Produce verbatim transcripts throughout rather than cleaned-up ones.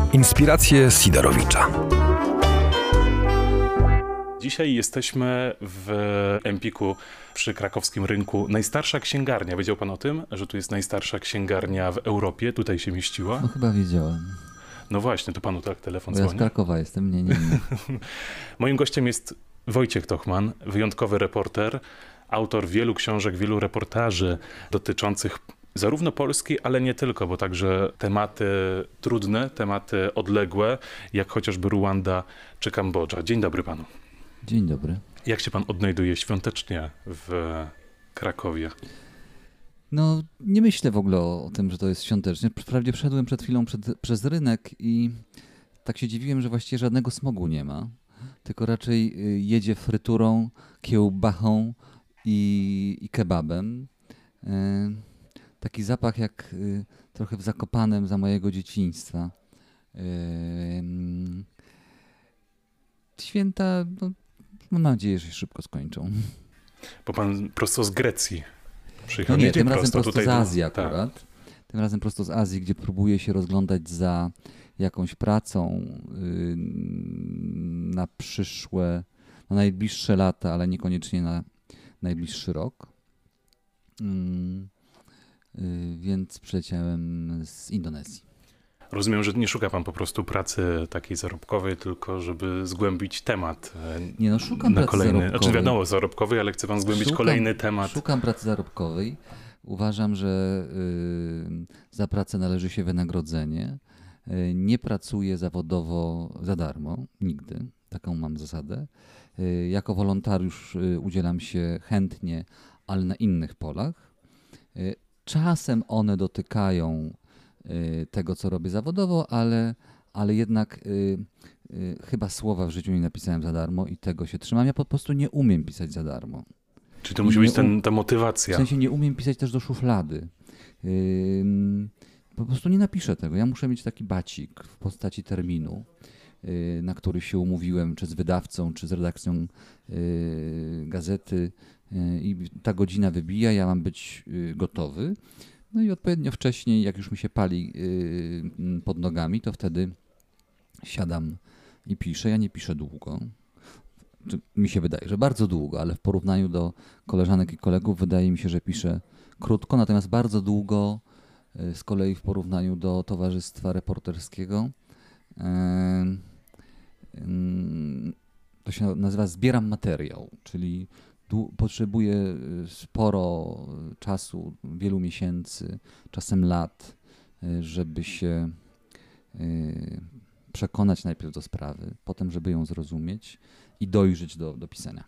Inspiracje Sidorowicza. Dzisiaj jesteśmy w Empiku przy krakowskim rynku. Najstarsza księgarnia. Wiedział pan o tym, że tu jest najstarsza księgarnia w Europie? Tutaj się mieściła? No chyba wiedziałem. No właśnie, to panu tak telefon Bo ja dzwoni. z Krakowa jestem, nie, nie, nie. Moim gościem jest Wojciech Tochman, wyjątkowy reporter, autor wielu książek, wielu reportaży dotyczących zarówno Polski, ale nie tylko, bo także tematy trudne, tematy odległe, jak chociażby Ruanda czy Kambodża. Dzień dobry panu. Dzień dobry. Jak się pan odnajduje świątecznie w Krakowie? No nie myślę w ogóle o, o tym, że to jest świątecznie. Wprawdzie wszedłem przed chwilą przed, przez rynek i tak się dziwiłem, że właściwie żadnego smogu nie ma, tylko raczej jedzie fryturą, kiełbachą i, i kebabem. Yy, taki zapach jak y, trochę w Zakopanem za mojego dzieciństwa. Yy, święta, no, mam nadzieję, że się szybko skończą. Bo pan prosto z Grecji przyjechał. No nie, nie tym razem prosto, prosto tutaj z Azji do... akurat. Tak. Tym razem prosto z Azji, gdzie próbuję się rozglądać za jakąś pracą yy, na przyszłe, na najbliższe lata, ale niekoniecznie na najbliższy rok. Yy, yy, więc przyleciałem z Indonezji. Rozumiem, że nie szuka pan po prostu pracy takiej zarobkowej, tylko żeby zgłębić temat nie, no, szukam na pracy kolejny. zarobkowej. Znaczy wiadomo, zarobkowej, ale chce pan zgłębić szukam, kolejny temat. Szukam pracy zarobkowej. Uważam, że yy, za pracę należy się wynagrodzenie. Yy, nie pracuję zawodowo za darmo, nigdy. Taką mam zasadę. Yy, jako wolontariusz yy, udzielam się chętnie, ale na innych polach. Yy, czasem one dotykają tego, co robię zawodowo, ale, ale jednak y, y, chyba słowa w życiu nie napisałem za darmo i tego się trzymam. Ja po prostu nie umiem pisać za darmo. Czyli to musi być ten, ta motywacja. W sensie nie umiem pisać też do szuflady. Y, po prostu nie napiszę tego. Ja muszę mieć taki bacik w postaci terminu, y, na który się umówiłem, czy z wydawcą, czy z redakcją y, gazety y, i ta godzina wybija, ja mam być y, gotowy. No i odpowiednio wcześniej, jak już mi się pali yy, pod nogami, to wtedy siadam i piszę. Ja nie piszę długo. Czy mi się wydaje, że bardzo długo, ale w porównaniu do koleżanek i kolegów wydaje mi się, że piszę krótko, natomiast bardzo długo yy, z kolei w porównaniu do towarzystwa reporterskiego. Yy, yy, to się nazywa zbieram materiał, czyli potrzebuję sporo czasu, wielu miesięcy, czasem lat, żeby się przekonać najpierw do sprawy, potem żeby ją zrozumieć i dojrzeć do, do pisania.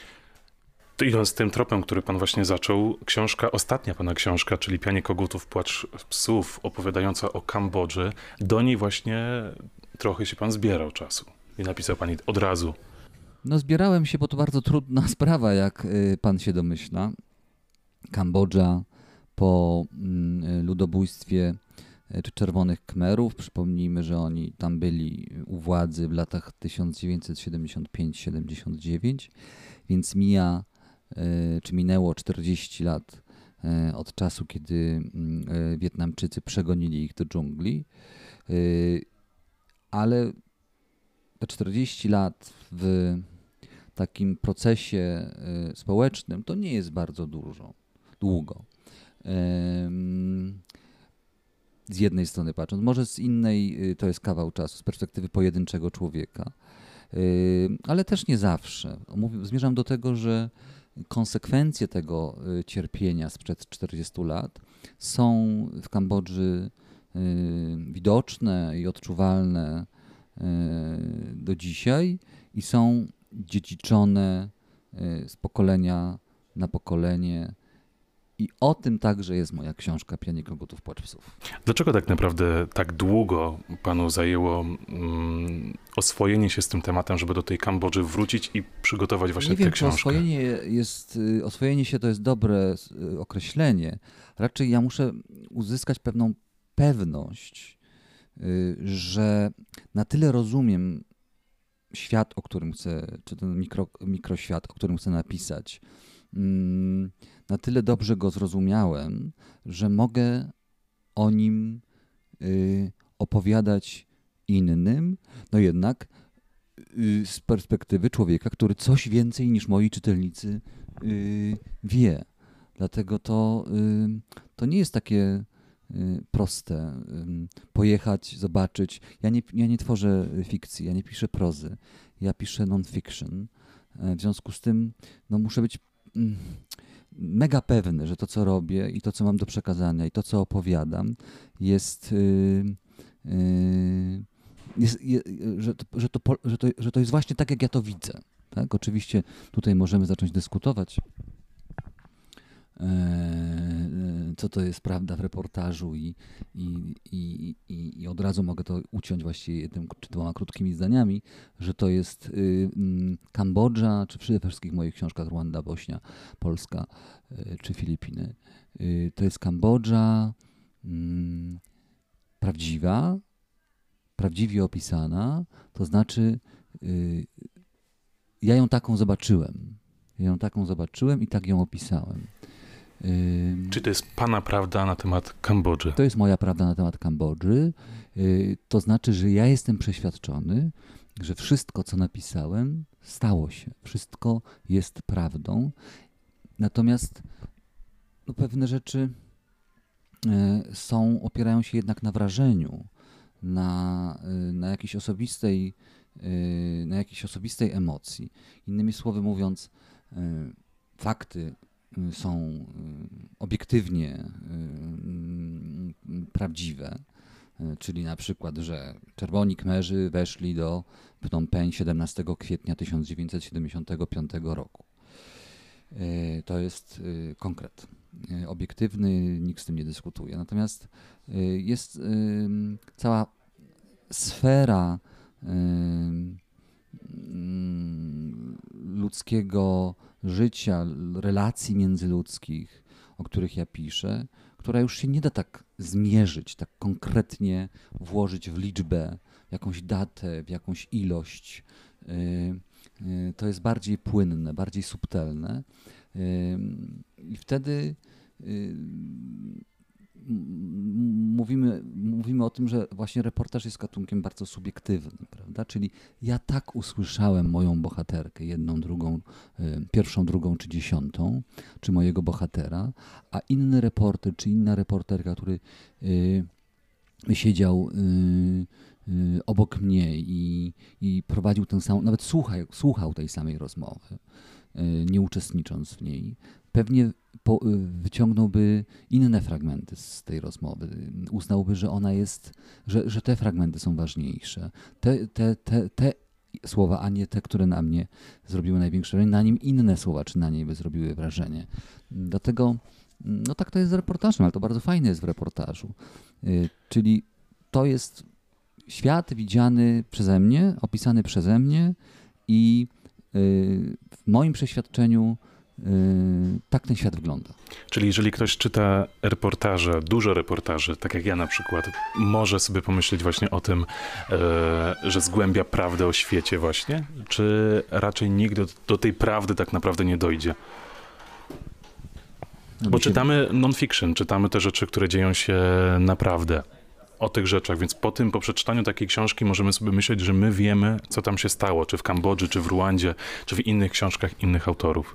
To idąc tym tropem, który pan właśnie zaczął, książka, ostatnia pana książka, czyli Pianie kogutów, płacz psów, opowiadająca o Kambodży, do niej właśnie trochę się pan zbierał czasu i napisał pan od razu. No zbierałem się, bo to bardzo trudna sprawa, jak pan się domyśla. Kambodża po ludobójstwie czy Czerwonych Khmerów. Przypomnijmy, że oni tam byli u władzy w latach tysiąc dziewięćset siedemdziesiąt pięć siedemdziesiąt dziewięć, więc mija, czy minęło czterdzieści lat od czasu, kiedy Wietnamczycy przegonili ich do dżungli. Ale te czterdzieści lat w takim procesie y, społecznym to nie jest bardzo dużo, długo. Ym, z jednej strony patrząc, może z innej y, to jest kawał czasu, z perspektywy pojedynczego człowieka, y, ale też nie zawsze. Mówię, zmierzam do tego, że konsekwencje tego y, cierpienia sprzed czterdziestu lat są w Kambodży y, widoczne i odczuwalne y, do dzisiaj i są dziedziczone z pokolenia na pokolenie. I o tym także jest moja książka Pianie kogutów, płacz psów. Dlaczego tak naprawdę tak długo panu zajęło mm, oswojenie się z tym tematem, żeby do tej Kambodży wrócić i przygotować właśnie Nie tę wiem, książkę? Czy oswojenie, jest, oswojenie się to jest dobre określenie. Raczej ja muszę uzyskać pewną pewność, że na tyle rozumiem świat, o którym chcę, czy ten mikro, mikroświat, o którym chcę napisać, na tyle dobrze go zrozumiałem, że mogę o nim opowiadać innym, no jednak y, z perspektywy człowieka, który coś więcej niż moi czytelnicy y, wie. Dlatego to, y, to nie jest takie y, proste. Y, pojechać, zobaczyć. Ja nie, ja nie tworzę fikcji, ja nie piszę prozy. Ja piszę non-fiction. Y, w związku z tym no, muszę być y, mega pewny, że to, co robię i to, co mam do przekazania i to, co opowiadam, jest... Y, y, jest, je, że, to, że, to, że, to, że to jest właśnie tak, jak ja to widzę. Tak? Oczywiście tutaj możemy zacząć dyskutować, e, co to jest prawda w reportażu i, i, i, i, i od razu mogę to uciąć właściwie jednym czy dwoma krótkimi zdaniami, że to jest y, y, Kambodża, czy przy wszystkich moich książkach Rwanda, Bośnia, Polska y, czy Filipiny. Y, to jest Kambodża y, prawdziwa, prawdziwie opisana, to znaczy y, ja ją taką zobaczyłem. Ja ją taką zobaczyłem i tak ją opisałem. Y, Czy to jest pana prawda na temat Kambodży? to jest moja prawda na temat Kambodży. Y, to znaczy, że ja jestem przeświadczony, że wszystko, co napisałem, stało się. Wszystko jest prawdą. Natomiast no, pewne rzeczy y, są, opierają się jednak na wrażeniu, na, na jakiejś osobistej, na jakiejś osobistej emocji. Innymi słowy mówiąc, fakty są obiektywnie prawdziwe, czyli na przykład, że czerwoni Khmerzy weszli do Phnom Penh siedemnastego kwietnia tysiąc dziewięćset siedemdziesiątego piątego roku. To jest konkret. Obiektywny, nikt z tym nie dyskutuje. Natomiast jest cała sfera ludzkiego życia, relacji międzyludzkich, o których ja piszę, która już się nie da tak zmierzyć, tak konkretnie włożyć w liczbę, w jakąś datę, w jakąś ilość. To jest bardziej płynne, bardziej subtelne. I wtedy mówimy, mówimy o tym, że właśnie reportaż jest gatunkiem bardzo subiektywnym, prawda? Czyli ja tak usłyszałem moją bohaterkę, jedną, drugą, pierwszą, drugą czy dziesiątą, czy mojego bohatera, a inny reporter, czy inna reporterka, który y, siedział y, y, obok mnie i, i prowadził tę samą, nawet słuchał, słuchał tej samej rozmowy, y, nie uczestnicząc w niej, pewnie po, wyciągnąłby inne fragmenty z tej rozmowy. Uznałby, że ona jest, że, że te fragmenty są ważniejsze. Te, te, te, te słowa, a nie te, które na mnie zrobiły największe wrażenie, na nim inne słowa, czy na niej by zrobiły wrażenie. Dlatego, no tak to jest z reportażem, ale to bardzo fajne jest w reportażu. Czyli to jest świat widziany przeze mnie, opisany przeze mnie i w moim przeświadczeniu tak ten świat wygląda. Czyli jeżeli ktoś czyta reportaże, dużo reportaży, tak jak ja na przykład, może sobie pomyśleć właśnie o tym, że zgłębia prawdę o świecie właśnie, czy raczej nigdy do tej prawdy tak naprawdę nie dojdzie? No Bo się... czytamy non-fiction, czytamy te rzeczy, które dzieją się naprawdę o tych rzeczach, więc po tym, po przeczytaniu takiej książki możemy sobie myśleć, że my wiemy, co tam się stało, czy w Kambodży, czy w Rwandzie, czy w innych książkach innych autorów.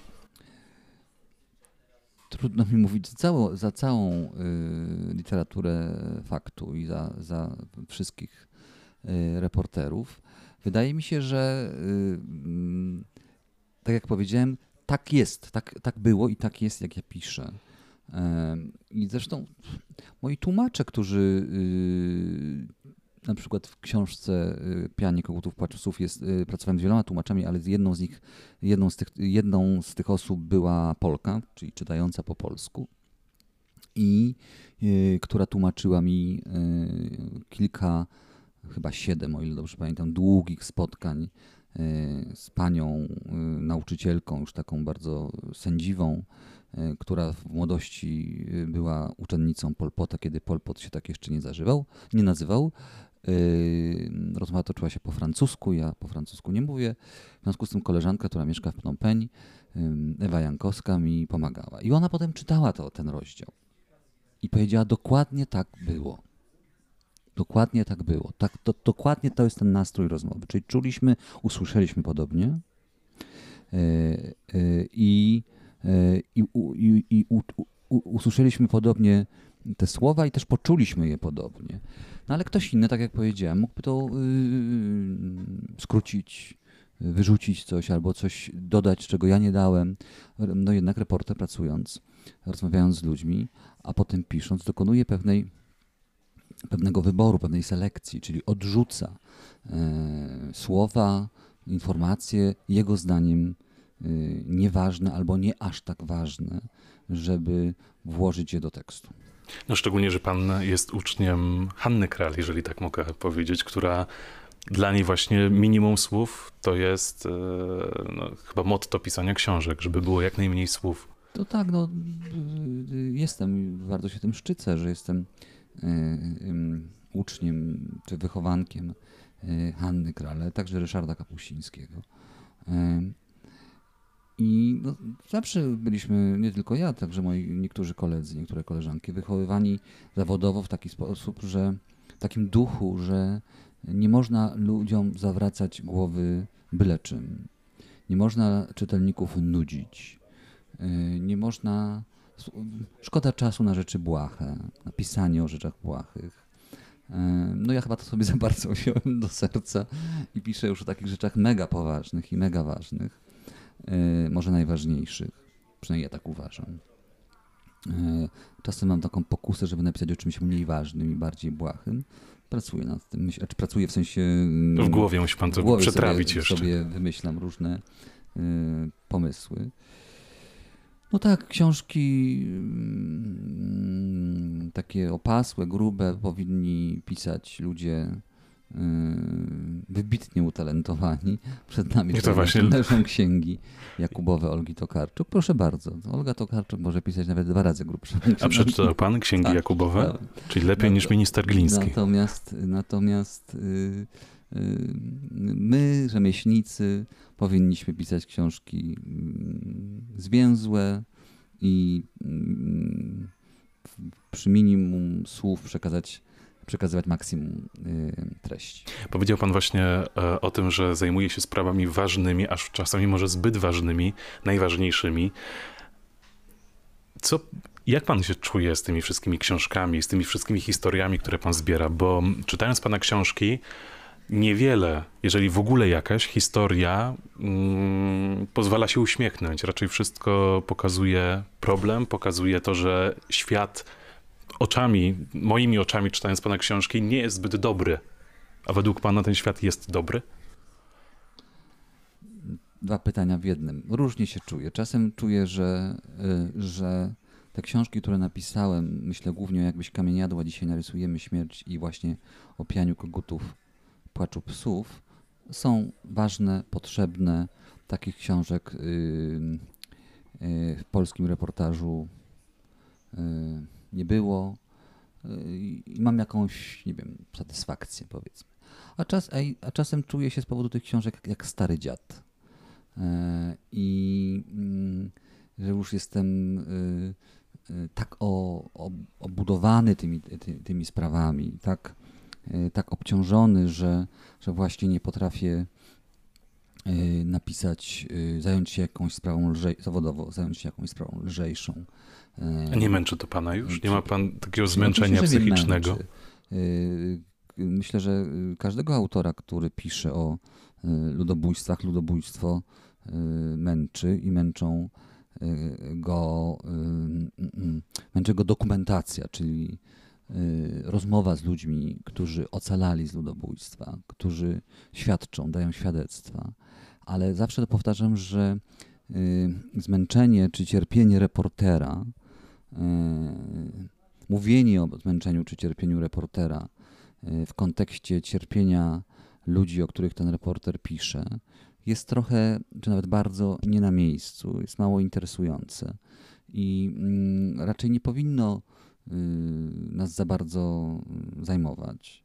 Trudno mi mówić za całą, za całą y, literaturę faktu i za, za wszystkich y, reporterów. Wydaje mi się, że y, y, tak jak powiedziałem, tak jest, tak, tak było i tak jest, jak ja piszę. Y, I zresztą moi tłumacze, którzy y, na przykład w książce Pianie Kogutów Płaczusów jest, pracowałem z wieloma tłumaczami, ale z jedną z nich, jedną z tych, jedną z tych osób była Polka, czyli czytająca po polsku i y, która tłumaczyła mi y, kilka, chyba siedem, o ile dobrze pamiętam, długich spotkań y, z panią y, nauczycielką, już taką bardzo sędziwą, y, która w młodości była uczennicą Pol Pota, kiedy Pol Pot się tak jeszcze nie zażywał, nie nazywał. Rozmowa toczyła się po francusku, ja po francusku nie mówię. W związku z tym koleżanka, która mieszka w Phnom Penh, Ewa Jankowska, mi pomagała. I ona potem czytała to, ten rozdział. I powiedziała, dokładnie tak było. Dokładnie tak było. Tak, to, dokładnie to jest ten nastrój rozmowy. Czyli czuliśmy, usłyszeliśmy podobnie i, i, i, i u, u, usłyszeliśmy podobnie te słowa i też poczuliśmy je podobnie. No ale ktoś inny, tak jak powiedziałem, mógłby to yy, skrócić, wyrzucić coś albo coś dodać, czego ja nie dałem. No jednak reporter pracując, rozmawiając z ludźmi, a potem pisząc, dokonuje pewnej, pewnego wyboru, pewnej selekcji, czyli odrzuca yy, słowa, informacje, jego zdaniem yy, nieważne albo nie aż tak ważne, żeby włożyć je do tekstu. No szczególnie, że pan jest uczniem Hanny Kral, jeżeli tak mogę powiedzieć, która dla niej właśnie minimum słów to jest no, chyba motto pisania książek, żeby było jak najmniej słów. To tak, no jestem, bardzo się tym szczycę, że jestem y, y, uczniem czy wychowankiem y, Hanny Kral, ale także Ryszarda Kapuścińskiego. Y, I no, zawsze byliśmy, nie tylko ja, także moi niektórzy koledzy, niektóre koleżanki, wychowywani zawodowo w taki sposób, że w takim duchu, że nie można ludziom zawracać głowy byle czym. Nie można czytelników nudzić. Nie można... Szkoda czasu na rzeczy błahe, na pisanie o rzeczach błahych. No ja chyba to sobie za bardzo wziąłem do serca i piszę już o takich rzeczach mega poważnych i mega ważnych. Może najważniejszych. Przynajmniej ja tak uważam. Czasem mam taką pokusę, żeby napisać o czymś mniej ważnym i bardziej błahym. Pracuję nad tym. Myślę, czy pracuję w sensie... W głowie musi pan to przetrawić sobie, jeszcze. sobie wymyślam różne y, pomysły. No tak, książki y, takie opasłe, grube powinni pisać ludzie wybitnie utalentowani. Przed nami to właśnie... leżą księgi Jakubowe Olgi Tokarczuk. Proszę bardzo, Olga Tokarczuk może pisać nawet dwa razy grubsze. A przeczytał pan księgi tak, Jakubowe? Tak. Czyli lepiej no, niż minister Gliński. Natomiast, natomiast yy, yy, my, rzemieślnicy, powinniśmy pisać książki yy, zwięzłe i yy, przy minimum słów przekazać przekazywać maksimum y, treści. Powiedział pan właśnie e, o tym, że zajmuje się sprawami ważnymi, aż czasami może zbyt ważnymi, najważniejszymi. Co, jak pan się czuje z tymi wszystkimi książkami, z tymi wszystkimi historiami, które pan zbiera? Bo czytając pana książki, niewiele, jeżeli w ogóle jakaś historia mm, pozwala się uśmiechnąć. Raczej wszystko pokazuje problem, pokazuje to, że świat oczami, moimi oczami czytając pana książki, nie jest zbyt dobry. A według pana ten świat jest dobry? Dwa pytania w jednym. Różnie się czuję. Czasem czuję, że, że te książki, które napisałem, myślę głównie o Jakbyś kamień jadła, dzisiaj narysujemy śmierć i właśnie o Pianiu kogutów, Płaczu psów, są ważne, potrzebne. Takich książek yy, yy, w polskim reportażu yy, nie było i mam jakąś, nie wiem, satysfakcję, powiedzmy. A, czas, a, a czasem czuję się z powodu tych książek jak stary dziad. I że już jestem tak o, o, obudowany tymi, ty, tymi sprawami, tak, tak obciążony, że, że właśnie nie potrafię napisać, zająć się jakąś sprawą lżej, zawodowo, zająć się jakąś sprawą lżejszą. A nie męczy to pana już? Nie ma pan takiego zmęczenia myślę, psychicznego? Myślę, że każdego autora, który pisze o ludobójstwach, ludobójstwo męczy i męczą go, męczy go dokumentacja, czyli rozmowa z ludźmi, którzy ocalali z ludobójstwa, którzy świadczą, dają świadectwa. Ale zawsze powtarzam, że zmęczenie czy cierpienie reportera, mówienie o zmęczeniu czy cierpieniu reportera w kontekście cierpienia ludzi, o których ten reporter pisze, jest trochę, czy nawet bardzo nie na miejscu, jest mało interesujące i raczej nie powinno nas za bardzo zajmować.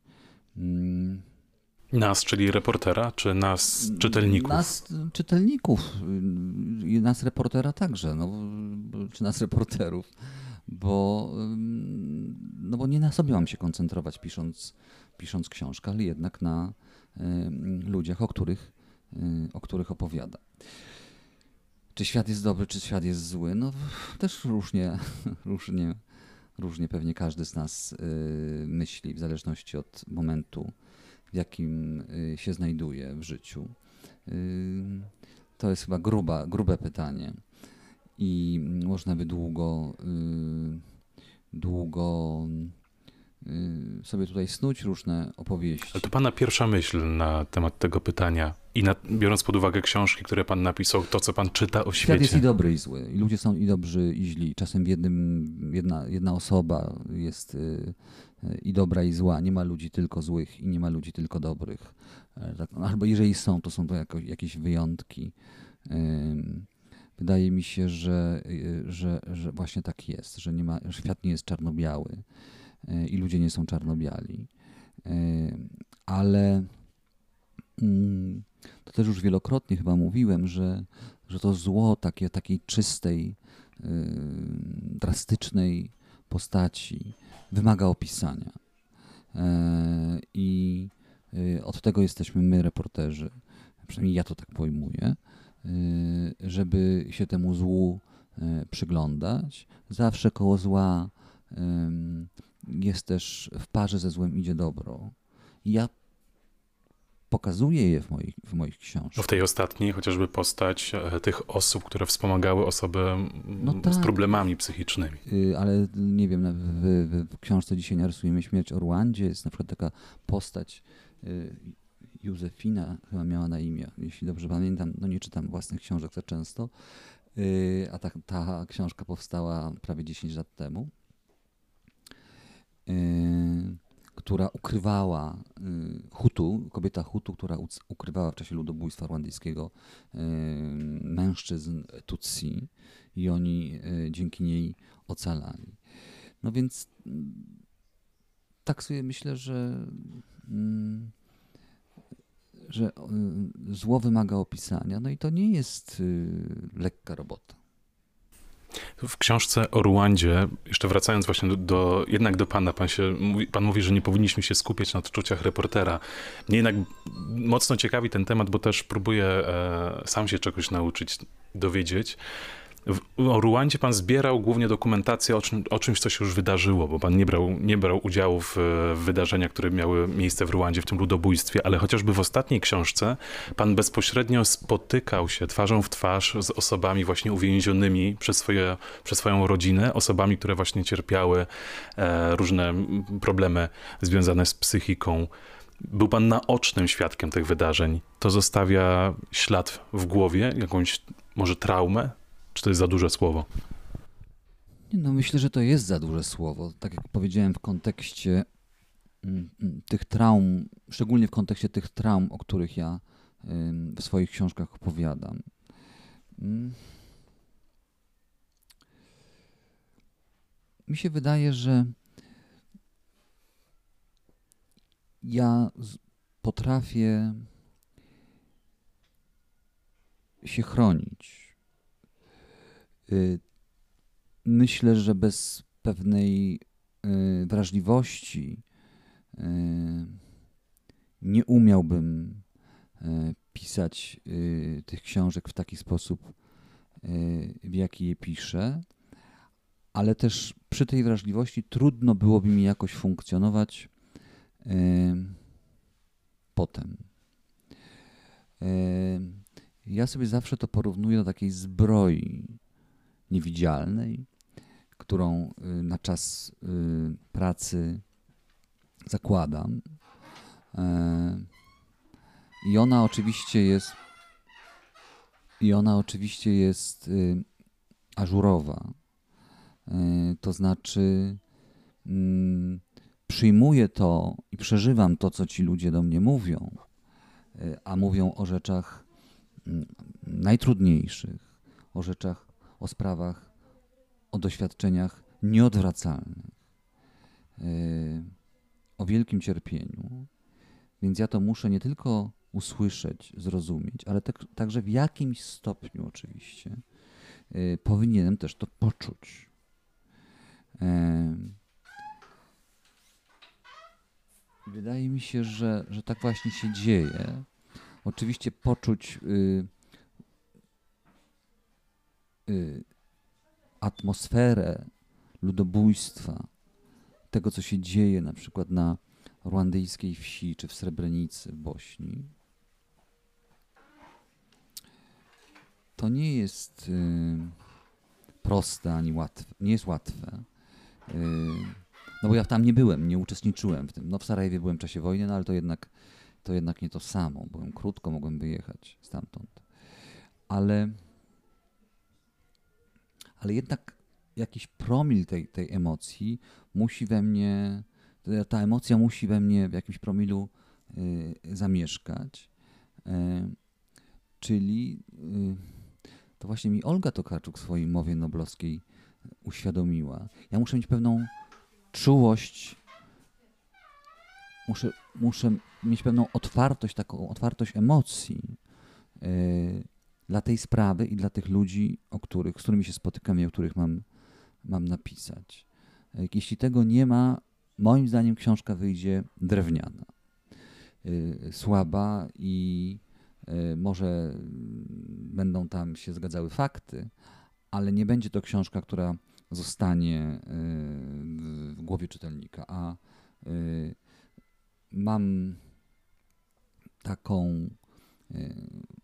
Nas, czyli reportera, czy nas, czytelników? Nas, czytelników. I nas, reportera także, no, czy nas, reporterów, bo, no bo nie na sobie mam się koncentrować, pisząc, pisząc książkę, ale jednak na ludziach, o których, o których opowiada. Czy świat jest dobry, czy świat jest zły? No też różnie, różnie, różnie pewnie każdy z nas myśli, w zależności od momentu, w jakim się znajduje w życiu. To jest chyba gruba, grube pytanie i można by długo, długo sobie tutaj snuć różne opowieści. Ale to pana pierwsza myśl na temat tego pytania i na, biorąc pod uwagę książki, które pan napisał, to co pan czyta o świecie. Świat jest i dobry, i zły. I ludzie są i dobrzy, i źli. Czasem w jednym, jedna, jedna osoba jest y, y, i dobra, i zła. Nie ma ludzi tylko złych i nie ma ludzi tylko dobrych. E, tak, albo jeżeli są, to są to jako, jakieś wyjątki. Y, wydaje mi się, że, y, że, że właśnie tak jest, że nie ma, że świat nie jest czarno-biały i ludzie nie są czarno-biali. Ale to też już wielokrotnie chyba mówiłem, że, że to zło takie, takiej czystej, drastycznej postaci wymaga opisania. I od tego jesteśmy my, reporterzy, przynajmniej ja to tak pojmuję, żeby się temu złu przyglądać. Zawsze koło zła jest też w parze ze złem idzie dobro. I ja pokazuję je w moich, w moich książkach. No w tej ostatniej chociażby postać e, tych osób, które wspomagały osoby no z tak. problemami psychicznymi. Yy, ale nie wiem, w, w, w książce dzisiaj narysujemy Śmierć o Rwandzie. Jest na przykład taka postać, yy, Józefina chyba miała na imię, jeśli dobrze pamiętam. No nie czytam własnych książek za często, yy, a ta, ta książka powstała prawie dziesięć lat temu. Yy, która ukrywała y, Hutu, kobieta Hutu, która u, ukrywała w czasie ludobójstwa rwandyjskiego y, mężczyzn Tutsi i oni y, dzięki niej ocalali. No więc y, tak sobie myślę, że, y, że y, zło wymaga opisania, no i to nie jest y, lekka robota. W książce o Ruandzie, jeszcze wracając właśnie do, do jednak do pana, pan, się, pan mówi, że nie powinniśmy się skupiać na odczuciach reportera. Mnie jednak mocno ciekawi ten temat, bo też próbuję e, sam się czegoś nauczyć, dowiedzieć. W, o Ruandzie pan zbierał głównie dokumentację o, czym, o czymś, co się już wydarzyło, bo pan nie brał, nie brał udziału w, w wydarzeniach, które miały miejsce w Ruandzie, w tym ludobójstwie, ale chociażby w ostatniej książce pan bezpośrednio spotykał się twarzą w twarz z osobami właśnie uwięzionymi przez, swoje, przez swoją rodzinę, osobami, które właśnie cierpiały e, różne problemy związane z psychiką. Był pan naocznym świadkiem tych wydarzeń. To zostawia ślad w głowie, jakąś może traumę? Czy to jest za duże słowo? No myślę, że to jest za duże słowo. Tak jak powiedziałem, w kontekście tych traum, szczególnie w kontekście tych traum, o których ja w swoich książkach opowiadam. Mi się wydaje, że ja potrafię się chronić. Myślę, że bez pewnej wrażliwości nie umiałbym pisać tych książek w taki sposób, w jaki je piszę, ale też przy tej wrażliwości trudno byłoby mi jakoś funkcjonować potem. Ja sobie zawsze to porównuję do takiej zbroi niewidzialnej, którą na czas pracy zakładam. I ona oczywiście jest i ona oczywiście jest ażurowa. To znaczy przyjmuję to i przeżywam to, co ci ludzie do mnie mówią, a mówią o rzeczach najtrudniejszych, o rzeczach, o sprawach, o doświadczeniach nieodwracalnych, o wielkim cierpieniu. Więc ja to muszę nie tylko usłyszeć, zrozumieć, ale tak, także w jakimś stopniu oczywiście powinienem też to poczuć. Wydaje mi się, że, że tak właśnie się dzieje. Oczywiście poczuć y, y, atmosferę ludobójstwa, tego, co się dzieje na przykład na ruandyjskiej wsi czy w Srebrenicy w Bośni, to nie jest y, proste ani łatwe. Nie jest łatwe. Y, no bo ja tam nie byłem, nie uczestniczyłem w tym. No w Sarajewie byłem w czasie wojny, no ale to jednak, to jednak nie to samo. Byłem krótko, mogłem wyjechać stamtąd. Ale, ale jednak jakiś promil tej, tej emocji musi we mnie, ta emocja musi we mnie w jakimś promilu y, zamieszkać. Y, czyli y, to właśnie mi Olga Tokarczuk w swojej mowie noblowskiej uświadomiła. Ja muszę mieć pewną czułość, muszę, muszę mieć pewną otwartość, taką otwartość emocji y, dla tej sprawy i dla tych ludzi, o których, z którymi się spotykam i o których mam, mam napisać. Y, jeśli tego nie ma, moim zdaniem książka wyjdzie drewniana, y, słaba i y, może będą tam się zgadzały fakty, ale nie będzie to książka, która zostanie y, w głowie czytelnika. A y, mam taką, y,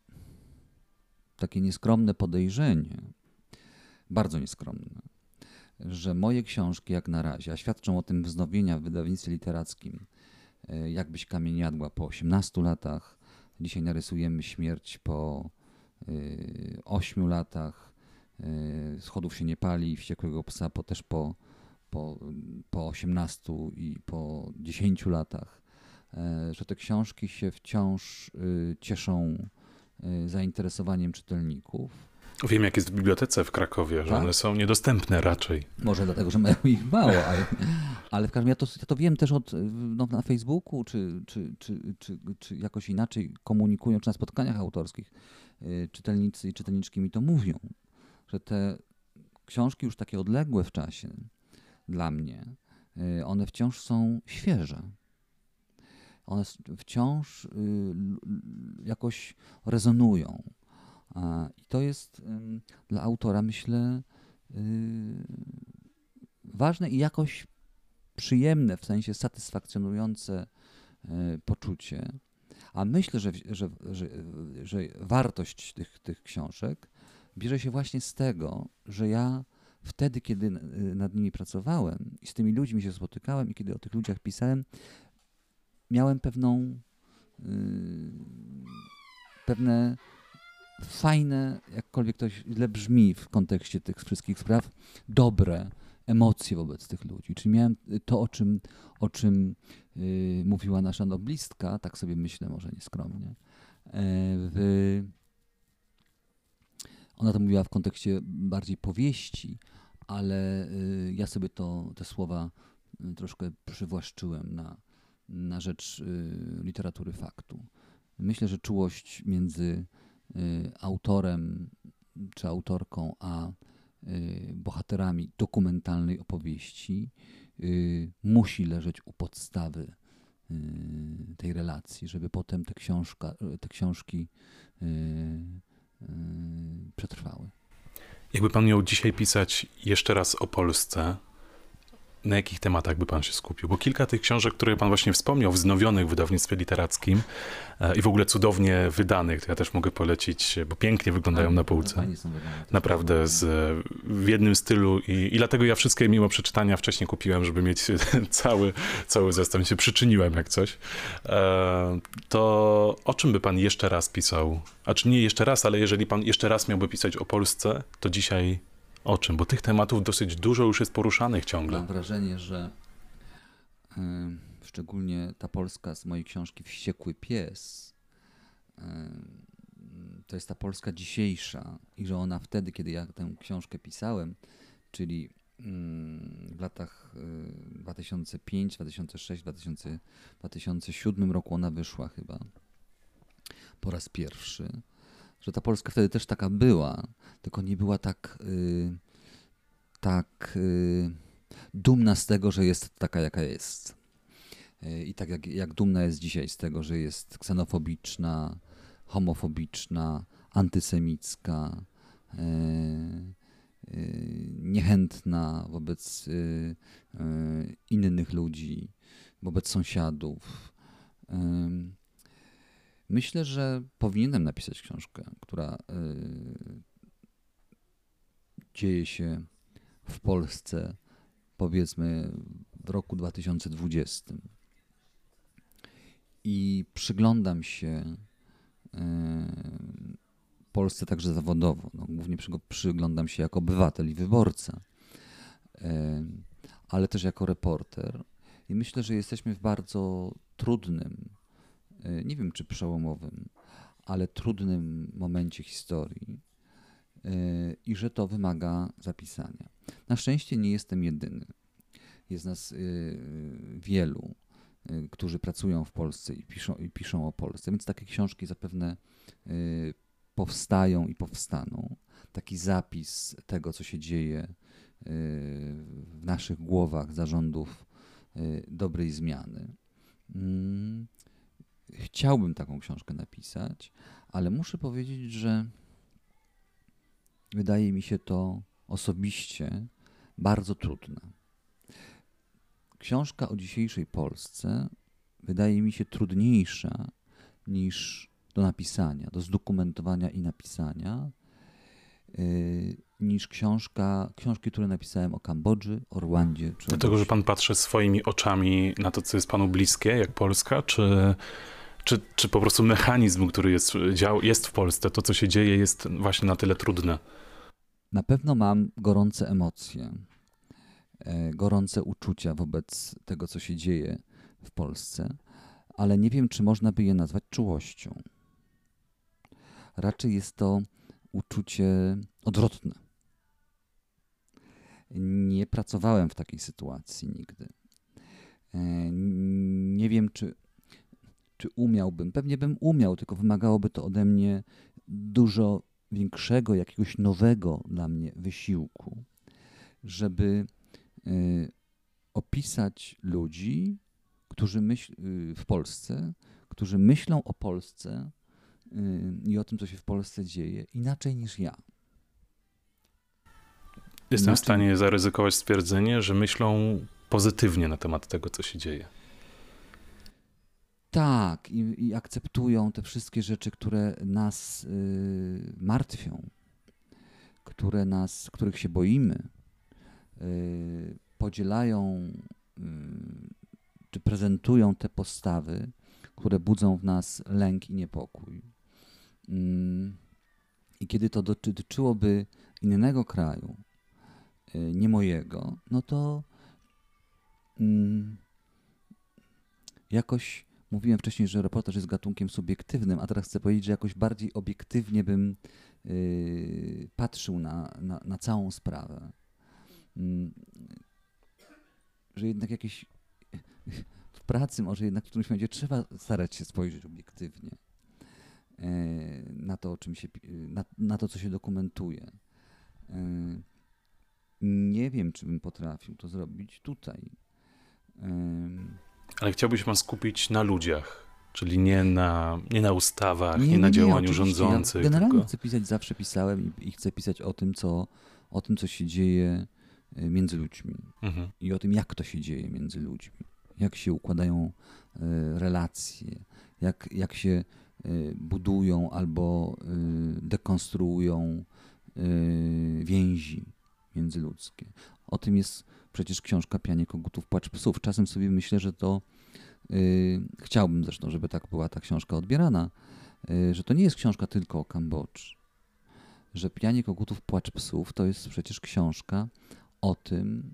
takie nieskromne podejrzenie, bardzo nieskromne, że moje książki jak na razie, a świadczą o tym wznowienia w wydawnictwie literackim, y, Jakbyś kamień jadła po osiemnastu latach, dzisiaj narysujemy śmierć po y, ośmiu latach, y, Schodów się nie pali, Wściekłego psa po, też po, po, po osiemnastu i po dziesięciu latach, y, że te książki się wciąż y, cieszą y, zainteresowaniem czytelników. Wiem, jak jest w bibliotece w Krakowie, że Tak? one są niedostępne raczej. Może dlatego, że mają ich mało, ale, ale w każdym razie ja to, ja to wiem też od, no, na Facebooku, czy, czy, czy, czy, czy jakoś inaczej komunikują, czy na spotkaniach autorskich y, czytelnicy i czytelniczki mi to mówią, że te książki już takie odległe w czasie dla mnie, y, one wciąż są świeże. One wciąż y, jakoś rezonują. I to jest um, dla autora, myślę, yy, ważne i jakoś przyjemne, w sensie satysfakcjonujące yy, poczucie. A myślę, że, że, że, że wartość tych, tych książek bierze się właśnie z tego, że ja wtedy, kiedy nad nimi pracowałem i z tymi ludźmi się spotykałem i kiedy o tych ludziach pisałem, miałem pewną, yy, pewne fajne, jakkolwiek to źle brzmi w kontekście tych wszystkich spraw, dobre emocje wobec tych ludzi. Czyli miałem to, o czym, o czym yy, mówiła nasza noblistka, tak sobie myślę, może nieskromnie. Yy, w, ona to mówiła w kontekście bardziej powieści, ale yy, ja sobie to, te słowa yy, troszkę przywłaszczyłem na, na rzecz yy, literatury faktu. Myślę, że czułość między y, autorem czy autorką a y, bohaterami dokumentalnej opowieści y, musi leżeć u podstawy y, tej relacji, żeby potem te, książka, te książki y, y, przetrwały. Jakby pan miał dzisiaj pisać jeszcze raz o Polsce, na jakich tematach by pan się skupił? Bo kilka tych książek, które pan właśnie wspomniał, wznowionych w wydawnictwie literackim e, i w ogóle cudownie wydanych, to ja też mogę polecić, bo pięknie wyglądają na półce. Naprawdę z, w jednym stylu i, i dlatego ja wszystkie mimo przeczytania wcześniej kupiłem, żeby mieć cały, cały zestaw. Się przyczyniłem jak coś. E, to o czym by pan jeszcze raz pisał? A czy nie jeszcze raz, ale jeżeli pan jeszcze raz miałby pisać o Polsce, to dzisiaj o czym? Bo tych tematów dosyć dużo już jest poruszanych ciągle. Mam wrażenie, że y, szczególnie ta Polska z mojej książki Wściekły pies, y, to jest ta Polska dzisiejsza i że ona wtedy, kiedy ja tę książkę pisałem, czyli y, w latach y, dwa tysiące piąty, dwa tysiące szósty, dwa tysiące siódmym roku ona wyszła chyba po raz pierwszy. Że ta Polska wtedy też taka była, tylko nie była tak, y, tak y, dumna z tego, że jest taka, jaka jest. I tak jak, jak dumna jest dzisiaj z tego, że jest ksenofobiczna, homofobiczna, antysemicka, e, e, niechętna wobec e, e, innych ludzi, wobec sąsiadów. E, myślę, że powinienem napisać książkę, która e, dzieje się w Polsce, powiedzmy w roku dwa tysiące dwudziestym. I przyglądam się Polsce także zawodowo. No, głównie przyglądam się jako obywatel i wyborca, ale też jako reporter. I myślę, że jesteśmy w bardzo trudnym, nie wiem czy przełomowym, ale trudnym momencie historii i że to wymaga zapisania. Na szczęście nie jestem jedyny. Jest nas wielu, którzy pracują w Polsce i piszą, i piszą o Polsce, więc takie książki zapewne y, powstają i powstaną. Taki zapis tego, co się dzieje y, w naszych głowach zarządów y, dobrej zmiany. Y, chciałbym taką książkę napisać, ale muszę powiedzieć, że wydaje mi się to osobiście bardzo trudne. Książka o dzisiejszej Polsce wydaje mi się trudniejsza niż do napisania, do zdokumentowania i napisania, yy, niż książka, książki, które napisałem o Kambodży, o Rwandzie. Czy Dlatego, że pan patrzy swoimi oczami na to, co jest panu bliskie, jak Polska, czy, czy, czy po prostu mechanizm, który jest, dział, jest w Polsce, to, co się dzieje, jest właśnie na tyle trudne? Na pewno mam gorące emocje. gorące uczucia wobec tego, co się dzieje w Polsce, ale nie wiem, czy można by je nazwać czułością. Raczej jest to uczucie odwrotne. Nie pracowałem w takiej sytuacji nigdy. Nie wiem, czy, czy umiałbym. Pewnie bym umiał, tylko wymagałoby to ode mnie dużo większego, jakiegoś nowego dla mnie wysiłku, żeby Y, opisać ludzi, którzy myśl, y, w Polsce, którzy myślą o Polsce y, i o tym, co się w Polsce dzieje, inaczej niż ja. Jestem inaczej... w stanie zaryzykować stwierdzenie, że myślą pozytywnie na temat tego, co się dzieje. Tak, i, i akceptują te wszystkie rzeczy, które nas y, martwią, które nas, których się boimy. Podzielają czy prezentują te postawy, które budzą w nas lęk i niepokój. I kiedy to dotyczyłoby innego kraju, nie mojego, no to jakoś mówiłem wcześniej, że reportaż jest gatunkiem subiektywnym, a teraz chcę powiedzieć, że jakoś bardziej obiektywnie bym patrzył na, na, na całą sprawę. Że jednak jakieś w pracy może jednak w którymś momencie trzeba starać się spojrzeć obiektywnie na to, o czym się, na, na to, co się dokumentuje. Nie wiem, czy bym potrafił to zrobić tutaj. Ale chciałbyś pan skupić na ludziach, czyli nie na, nie na ustawach, nie, nie, nie na działaniu nie, rządzących. Ja generalnie tylko... chcę pisać, zawsze pisałem i, i chcę pisać o tym, co, o tym, co się dzieje między ludźmi mhm. i o tym, jak to się dzieje między ludźmi, jak się układają y, relacje, jak, jak się y, budują albo y, dekonstruują y, więzi międzyludzkie. O tym jest przecież książka Pianie kogutów, płacz psów. Czasem sobie myślę, że to y, chciałbym zresztą, żeby tak była ta książka odbierana, y, że to nie jest książka tylko o Kambodży, że Pianie kogutów, płacz psów to jest przecież książka o tym,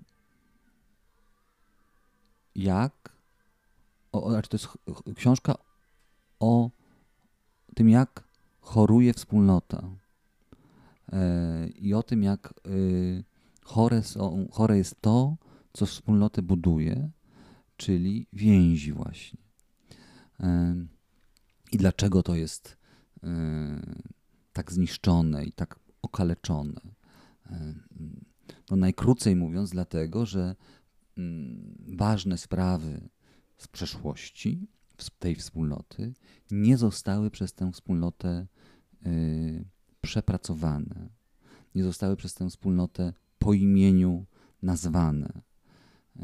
jak, o, znaczy to jest książka o tym, jak choruje wspólnota e, i o tym, jak y, chore, są, chore jest to, co wspólnotę buduje, czyli więzi właśnie. E, I dlaczego to jest y, tak zniszczone i tak okaleczone. E, No najkrócej mówiąc, dlatego, że mm, ważne sprawy z przeszłości, z tej wspólnoty, nie zostały przez tę wspólnotę y, przepracowane, nie zostały przez tę wspólnotę po imieniu nazwane. Y,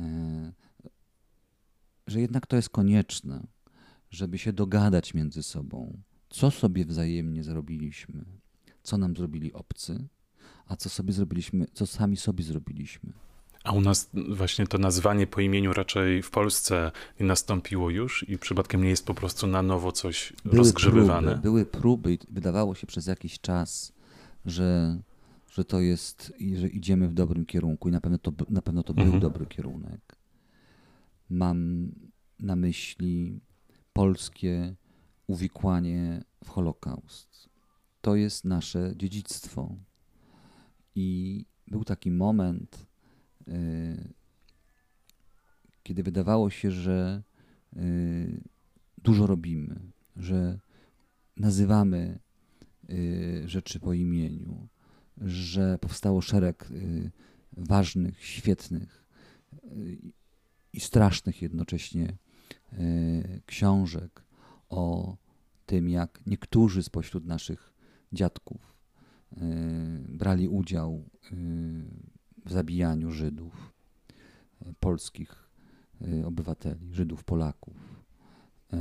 że jednak to jest konieczne, żeby się dogadać między sobą, co sobie wzajemnie zrobiliśmy, co nam zrobili obcy, a co sobie zrobiliśmy, co sami sobie zrobiliśmy. A u nas właśnie to nazwanie po imieniu raczej w Polsce nie nastąpiło już i przypadkiem nie jest po prostu na nowo coś Były rozgrzebywane? Próby, były próby i wydawało się przez jakiś czas, że, że to jest, i że idziemy w dobrym kierunku i na pewno to, na pewno to był Mhm. dobry kierunek. Mam na myśli polskie uwikłanie w Holokaust. To jest nasze dziedzictwo. I był taki moment, y, kiedy wydawało się, że y, dużo robimy, że nazywamy y, rzeczy po imieniu, że powstało szereg y, ważnych, świetnych y, i strasznych jednocześnie y, książek o tym, jak niektórzy spośród naszych dziadków y, brali udział y, w zabijaniu Żydów, y, polskich y, obywateli, Żydów, Polaków. Y,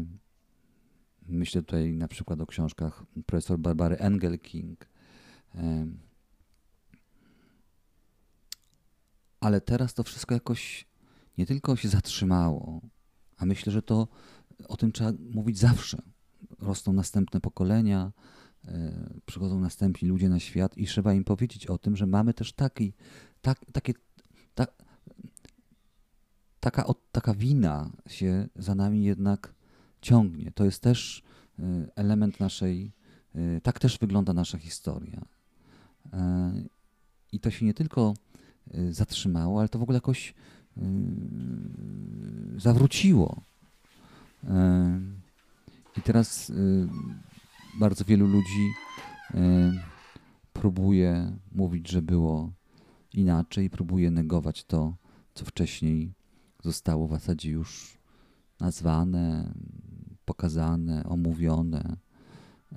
myślę tutaj na przykład o książkach profesor Barbary Engelking. Y, ale teraz to wszystko jakoś nie tylko się zatrzymało, a myślę, że to o tym trzeba mówić zawsze. Rosną następne pokolenia, y, przychodzą następni ludzie na świat i trzeba im powiedzieć o tym, że mamy też taki, tak, takie, ta, taka, o, taka wina się za nami jednak ciągnie. To jest też y, element naszej, y, tak też wygląda nasza historia. Y, I to się nie tylko y, zatrzymało, ale to w ogóle jakoś y, zawróciło. Y, I teraz y, bardzo wielu ludzi y, próbuje mówić, że było inaczej, próbuje negować to, co wcześniej zostało w zasadzie już nazwane, pokazane, omówione. Y,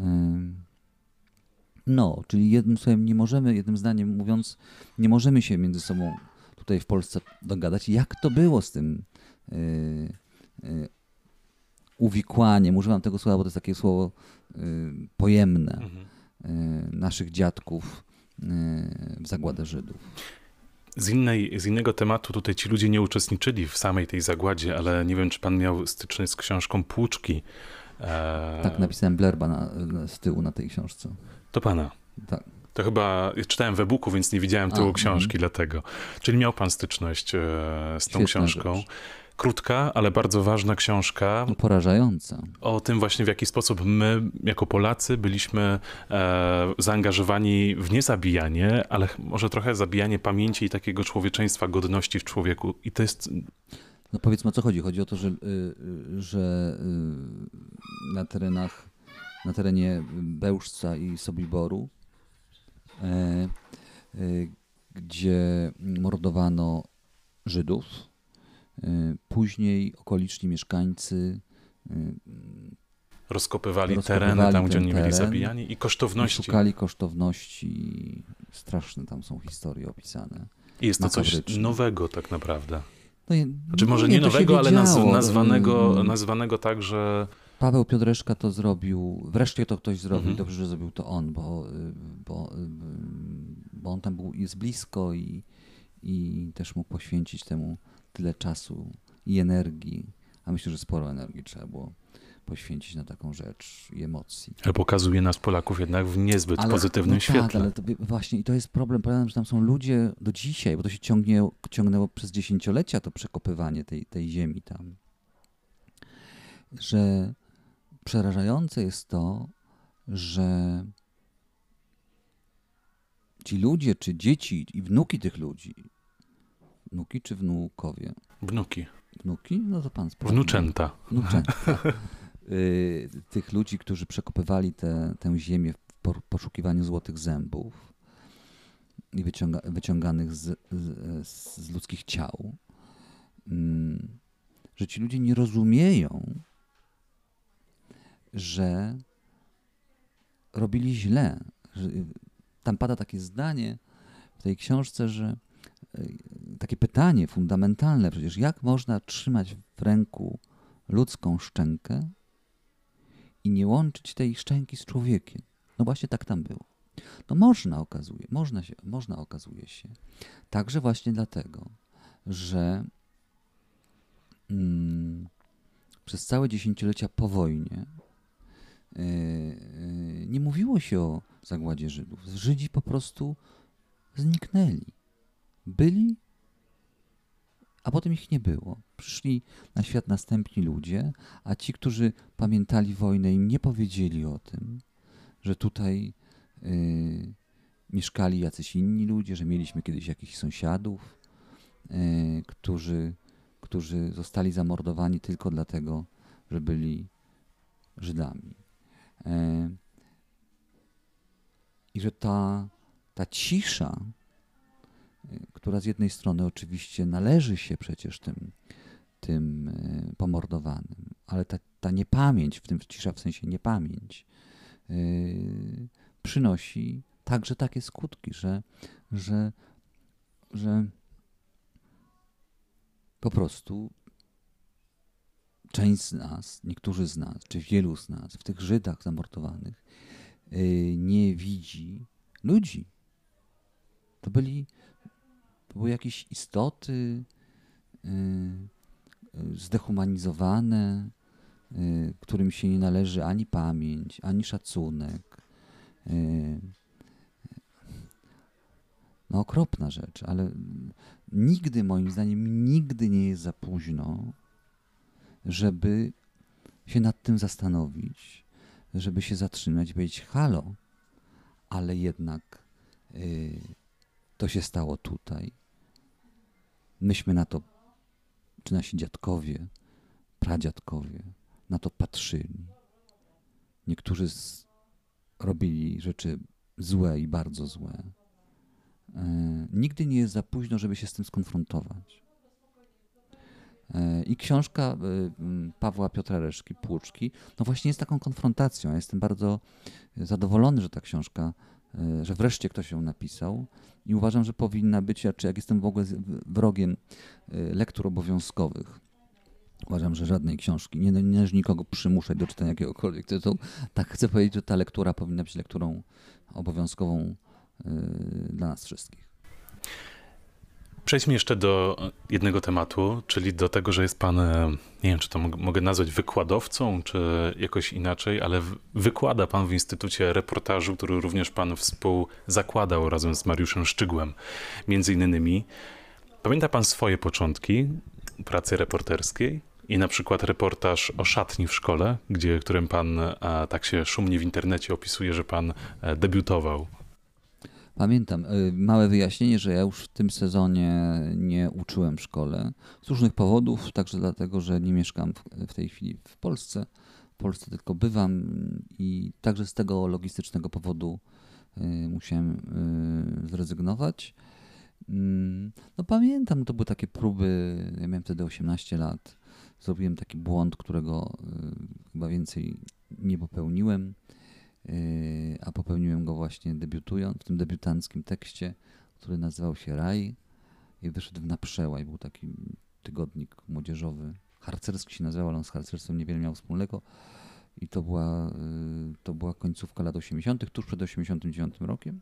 no, czyli jednym słowem nie możemy, jednym zdaniem mówiąc, nie możemy się między sobą tutaj w Polsce dogadać, jak to było z tym y, y, uwikłaniem, używam tego słowa, bo to jest takie słowo y, pojemne, Mhm. y, naszych dziadków y, w zagładę Żydów. Z, innej, z innego tematu tutaj ci ludzie nie uczestniczyli w samej tej zagładzie, ale nie wiem, czy pan miał styczność z książką Płuczki. E... Tak, napisałem blerba na, na, z tyłu na tej książce. To pana. Tak. To chyba, ja czytałem w e-booku, więc nie widziałem tyłu A, książki, mm. dlatego. Czyli miał pan styczność e, z tą Świetna książką. rzecz. Krótka, ale bardzo ważna książka No, porażająca. o tym właśnie, w jaki sposób my, jako Polacy, byliśmy e, zaangażowani w niezabijanie, ale może trochę zabijanie pamięci i takiego człowieczeństwa, godności w człowieku. I to jest... No powiedzmy, o co chodzi. Chodzi o to, że, y, y, że y, na terenach, na terenie Bełżca i Sobiboru, e, y, gdzie mordowano Żydów, y, później okoliczni mieszkańcy y, Rozkopywali, Rozkopywali tereny tam, gdzie ten oni byli teren zabijani i kosztowności. szukali kosztowności. Straszne tam są historie opisane. I jest to coś makabryczne. nowego tak naprawdę. No, Znaczy może nie, nie to się nowego, ale naz, wiedziało. nazwanego, Y, nazwanego tak, że... Paweł Piotreszka to zrobił, wreszcie to ktoś zrobił, Mhm. dobrze, że zrobił to on, bo, bo, bo on tam był, jest blisko i, i też mógł poświęcić temu tyle czasu i energii, a myślę, że sporo energii trzeba było poświęcić na taką rzecz i emocji. Ale pokazuje nas Polaków jednak w niezbyt Ale- pozytywnym no świetle. Tak, ale to by- właśnie i to jest problem, pamiętam, że tam są ludzie do dzisiaj, bo to się ciągnie, ciągnęło przez dziesięciolecia to przekopywanie tej, tej ziemi tam, że przerażające jest to, że ci ludzie, czy dzieci i wnuki tych ludzi, wnuki czy wnukowie? Wnuki, Wnuki? No to pan sprawdzi. wnuczęta. Wnuczęta. y, tych ludzi, którzy przekopywali tę tę ziemię w po- poszukiwaniu złotych zębów i wyciąga, wyciąganych z, z, z ludzkich ciał. Mm, że ci ludzie nie rozumieją, że robili źle. Że tam pada takie zdanie w tej książce, że takie pytanie fundamentalne przecież, jak można trzymać w ręku ludzką szczękę i nie łączyć tej szczęki z człowiekiem. No właśnie tak tam było. No można okazuje, można się, można okazuje się. Także właśnie dlatego, że mm, przez całe dziesięciolecia po wojnie yy, yy, nie mówiło się o zagładzie Żydów. Żydzi po prostu zniknęli. Byli, a potem ich nie było. Przyszli na świat następni ludzie, a ci, którzy pamiętali wojnę, im nie powiedzieli o tym, że tutaj y, mieszkali jacyś inni ludzie, że mieliśmy kiedyś jakichś sąsiadów, y, którzy, którzy zostali zamordowani tylko dlatego, że byli Żydami. Y, I że ta, ta cisza, która z jednej strony oczywiście należy się przecież tym, tym pomordowanym, ale ta, ta niepamięć, w tym cisza w sensie niepamięć, yy, przynosi także takie skutki, że, że, że po prostu część z nas, niektórzy z nas, czy wielu z nas w tych Żydach zamordowanych yy, nie widzi ludzi. To byli To były jakieś istoty y, y, zdehumanizowane, y, którym się nie należy ani pamięć, ani szacunek. Y, no okropna rzecz, ale nigdy, moim zdaniem, nigdy nie jest za późno, żeby się nad tym zastanowić, żeby się zatrzymać i powiedzieć halo, ale jednak y, to się stało tutaj. Myśmy na to, czy nasi dziadkowie, pradziadkowie, na to patrzyli. Niektórzy z, robili rzeczy złe i bardzo złe. E, nigdy nie jest za późno, żeby się z tym skonfrontować. E, I książka e, Pawła Piotra Reszki, Płuczki, no właśnie jest taką konfrontacją. Ja jestem bardzo zadowolony, że ta książka, e, że wreszcie ktoś ją napisał. I uważam, że powinna być, czy jak jestem w ogóle wrogiem lektur obowiązkowych, uważam, że żadnej książki, nie, nie należy nikogo przymuszać do czytania jakiegokolwiek tytułu. Tak chcę powiedzieć, że ta lektura powinna być lekturą obowiązkową yy, dla nas wszystkich. Przejdźmy jeszcze do jednego tematu, czyli do tego, że jest pan, nie wiem, czy to mogę nazwać wykładowcą, czy jakoś inaczej, ale wykłada pan w Instytucie Reportażu, który również pan współzakładał razem z Mariuszem Szczygłem, między innymi. Pamięta pan swoje początki pracy reporterskiej i na przykład reportaż o szatni w szkole, gdzie, którym pan a, tak się szumnie w internecie opisuje, że pan a, debiutował? Pamiętam. Małe wyjaśnienie, że ja już w tym sezonie nie uczyłem w szkole. Z różnych powodów, także dlatego, że nie mieszkam w, w tej chwili w Polsce. W Polsce tylko bywam i także z tego logistycznego powodu y, musiałem y, zrezygnować. Y, no pamiętam, to były takie próby, ja miałem wtedy osiemnaście lat. Zrobiłem taki błąd, którego y, chyba więcej nie popełniłem. A popełniłem go właśnie debiutując w tym debiutanckim tekście, który nazywał się Raj i wyszedł w Na Przełaj. Był taki tygodnik młodzieżowy, harcerski się nazywał, ale on z harcerstwem niewiele miał wspólnego i to była, to była końcówka lat osiemdziesiątych, tuż przed osiemdziesiątym dziewiątym rokiem.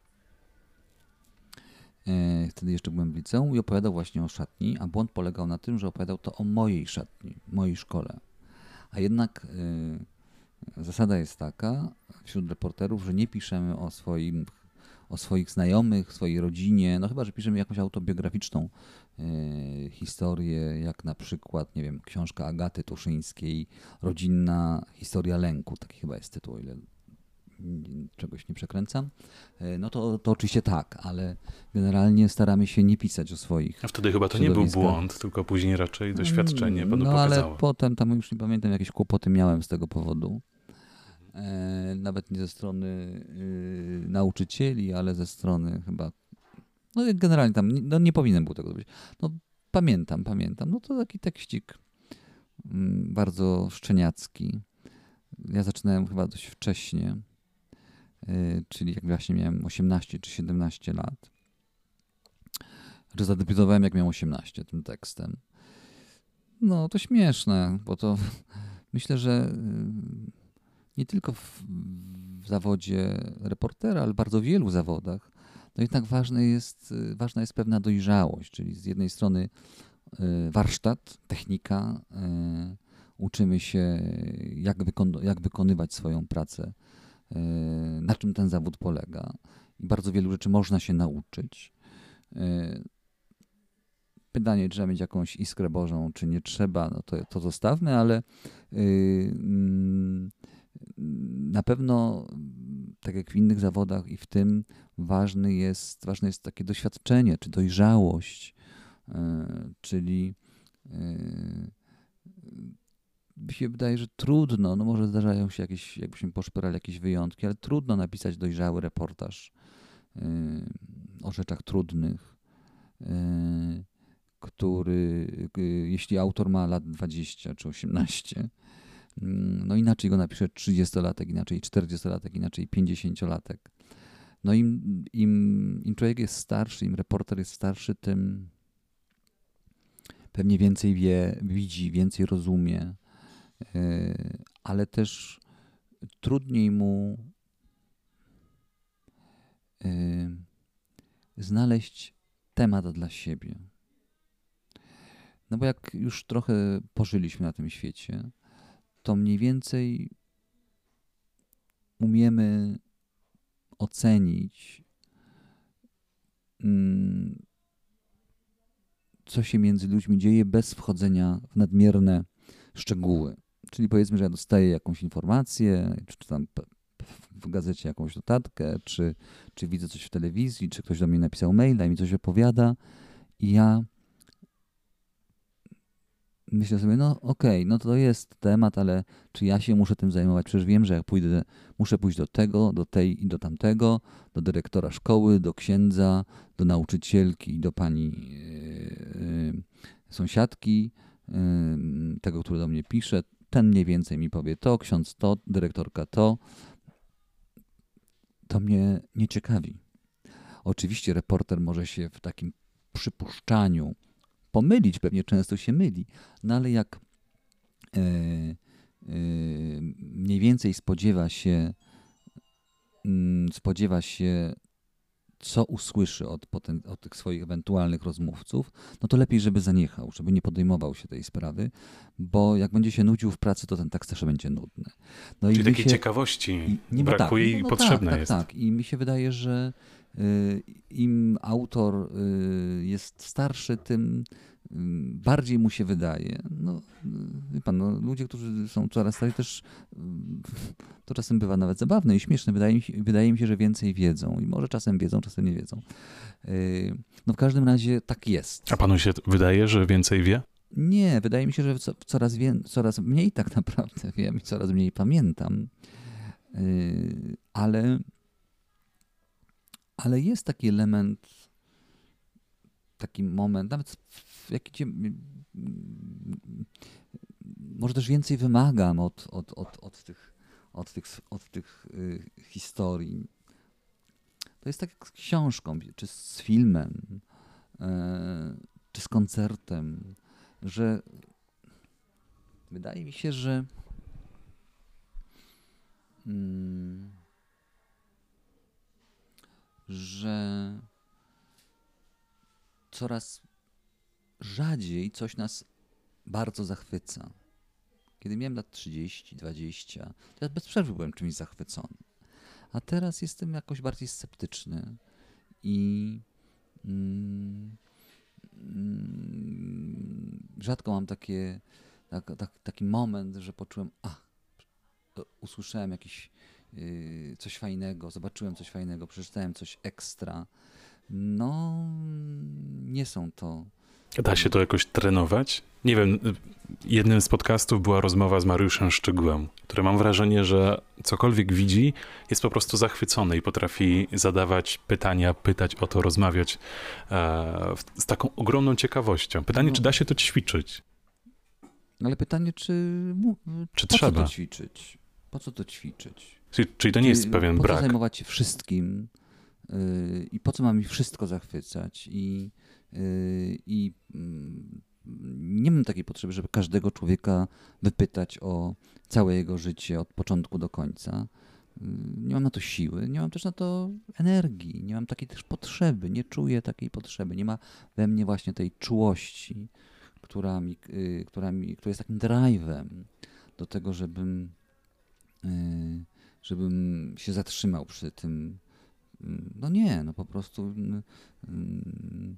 Wtedy jeszcze byłem w liceum i opowiadał właśnie o szatni, a błąd polegał na tym, że opowiadał to o mojej szatni, mojej szkole. A jednak zasada jest taka wśród reporterów, że nie piszemy o, swoim, o swoich znajomych, swojej rodzinie, no chyba, że piszemy jakąś autobiograficzną y, historię, jak na przykład, nie wiem, książka Agaty Tuszyńskiej, Rodzinna historia lęku, taki chyba jest tytuł, o ile czegoś nie przekręcam, y, no to, to oczywiście tak, ale generalnie staramy się nie pisać o swoich. A wtedy chyba to nie był błąd, tylko później raczej doświadczenie panu no, pokazało. Ale potem, tam już nie pamiętam, jakieś kłopoty miałem z tego powodu. E, nawet nie ze strony y, nauczycieli, ale ze strony chyba, no generalnie tam, no nie powinienem był tego zrobić. No pamiętam, pamiętam, no to taki tekścik bardzo szczeniacki. Ja zaczynałem chyba dość wcześnie, czyli jak właśnie miałem osiemnaście czy siedemnaście lat. Że zadebiutowałem jak miałem osiemnaście tym tekstem. No to śmieszne, bo to myślę, że nie tylko w, w zawodzie reportera, ale w bardzo wielu zawodach, no jednak ważne jest, ważna jest pewna dojrzałość, czyli z jednej strony warsztat, technika, uczymy się jak, wykon- jak wykonywać swoją pracę, na czym ten zawód polega i bardzo wielu rzeczy można się nauczyć. Pytanie, czy trzeba mieć jakąś iskrę Bożą, czy nie trzeba, no to, to zostawmy, ale yy, na pewno, tak jak w innych zawodach i w tym, ważny jest, ważne jest takie doświadczenie, czy dojrzałość, yy, czyli yy, mi się wydaje, że trudno, no może zdarzają się jakieś, jakbyśmy poszperali jakieś wyjątki, ale trudno napisać dojrzały reportaż yy, o rzeczach trudnych, yy, który, jeśli autor ma lat dwadzieścia czy osiemnaście, no inaczej go napisze trzydziestolatek, inaczej czterdziestolatek, inaczej pięćdziesięciolatek. No im, im, im człowiek jest starszy, im reporter jest starszy, tym pewnie więcej wie, widzi, więcej rozumie, ale też trudniej mu znaleźć temat dla siebie. No bo jak już trochę pożyliśmy na tym świecie, to mniej więcej umiemy ocenić, co się między ludźmi dzieje bez wchodzenia w nadmierne szczegóły. Czyli powiedzmy, że ja dostaję jakąś informację, czy czytam w gazecie jakąś notatkę, czy, czy widzę coś w telewizji, czy ktoś do mnie napisał maila i mi coś opowiada i ja myślę sobie, no okej, okay, no to jest temat, ale czy ja się muszę tym zajmować? Przecież wiem, że jak pójdę, muszę pójść do tego, do tej i do tamtego, do dyrektora szkoły, do księdza, do nauczycielki, do pani yy, sąsiadki, yy, tego, który do mnie pisze. Ten mniej więcej mi powie to, ksiądz to, dyrektorka to. To mnie nie ciekawi. Oczywiście reporter może się w takim przypuszczaniu pomylić, pewnie często się myli, no ale jak e, e, mniej więcej spodziewa się, m, spodziewa się, co usłyszy od, potem, od tych swoich ewentualnych rozmówców, no to lepiej, żeby zaniechał, żeby nie podejmował się tej sprawy, bo jak będzie się nudził w pracy, to ten tekst też będzie nudny. No Czyli i takiej się, ciekawości i, nie, brakuje tak, no, i no, potrzebna tak, jest. Tak, tak. I mi się wydaje, że y, im autor y, jest starszy, tym y, bardziej mu się wydaje. No, y, wie pan, no, ludzie, którzy są coraz starsi, też y, to czasem bywa nawet zabawne i śmieszne. Wydaje mi się, wydaje mi się, że więcej wiedzą. I może czasem wiedzą, czasem nie wiedzą. Y, no w każdym razie tak jest. A panu się wydaje, że więcej wie? Nie, wydaje mi się, że co, coraz, wie, coraz mniej tak naprawdę wiem i coraz mniej pamiętam. Yy, ale, ale jest taki element, taki moment, nawet w jakiś, może też więcej wymagam od, od, od, od tych, od tych, od tych yy, historii. To jest tak jak z książką, czy z filmem, yy, czy z koncertem, że wydaje mi się, że mm, że coraz rzadziej coś nas bardzo zachwyca. Kiedy miałem lat trzydzieści, dwadzieścia, to ja bez przerwy byłem czymś zachwycony. A teraz jestem jakoś bardziej sceptyczny i mm, rzadko mam takie, tak, tak, taki moment, że poczułem, a, usłyszałem jakiś, yy, coś fajnego, zobaczyłem coś fajnego, przeczytałem coś ekstra. No, nie są to... Da się to jakoś trenować? Nie wiem, jednym z podcastów była rozmowa z Mariuszem Szczygłem, który mam wrażenie, że cokolwiek widzi, jest po prostu zachwycony i potrafi zadawać pytania, pytać o to, rozmawiać e, z taką ogromną ciekawością. Pytanie, no, czy da się to ćwiczyć? Ale pytanie, czy, mu- Czy po trzeba? co to ćwiczyć? Po co to ćwiczyć? Czyli, czyli to nie jest Czy- pewien po co brak. zajmować się wszystkim yy, i po co ma mi wszystko zachwycać i, yy, i mm, nie mam takiej potrzeby, żeby każdego człowieka wypytać o całe jego życie od początku do końca. Yy, Nie mam na to siły, nie mam też na to energii, nie mam takiej też potrzeby, nie czuję takiej potrzeby, nie ma we mnie właśnie tej czułości, która, mi, yy, która, mi, która jest takim drive'em do tego, żebym yy, żebym się zatrzymał przy tym. No nie, no po prostu mm, mm,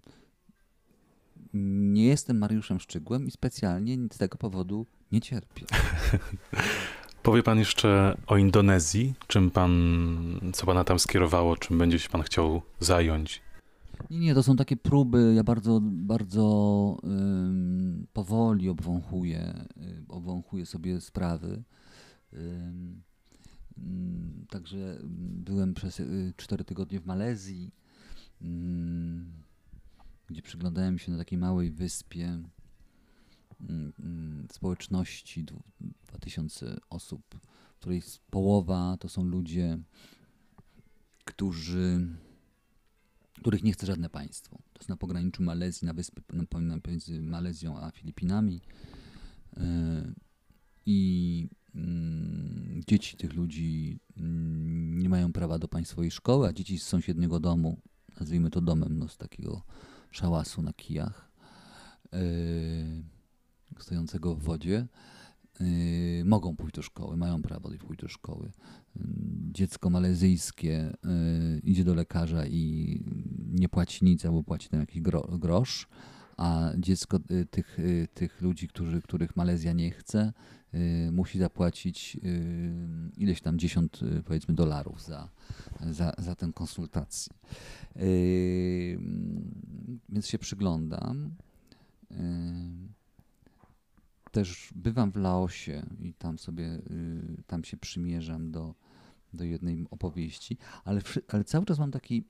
nie jestem Mariuszem Szczygłem i specjalnie z tego powodu nie cierpię. Powie pan jeszcze o Indonezji, czym pan, co pana tam skierowało, czym będzie się pan chciał zająć? Nie, nie, to są takie próby, ja bardzo, bardzo ym, powoli obwąchuję, y, obwąchuję sobie sprawy. Ym, ym, także byłem przez y, cztery tygodnie w Malezji, ym, gdzie przyglądałem się na takiej małej wyspie ym, ym, społeczności, dwu- dwa tysiące osób, w której z- połowa to są ludzie, którzy których nie chce żadne państwo. To jest na pograniczu Malezji, na wyspie na- na- pomiędzy Malezją a Filipinami. Yy, I mm, dzieci tych ludzi mm, nie mają prawa do państwowej szkoły, a dzieci z sąsiedniego domu, nazwijmy to domem, no z takiego szałasu na kijach, yy, stojącego w wodzie, yy, mogą pójść do szkoły, mają prawo pójść do szkoły. Dziecko malezyjskie y, idzie do lekarza i nie płaci nic, albo płaci tam jakiś gro, grosz, a dziecko y, tych, y, tych ludzi, którzy, których Malezja nie chce, y, musi zapłacić y, ileś tam dziesiąt, y, powiedzmy, dolarów za, za, za tę konsultację. Y, więc się przyglądam. Y, też bywam w Laosie i tam sobie, y, tam się przymierzam do, do jednej opowieści, ale, wszy- ale cały czas mam taki,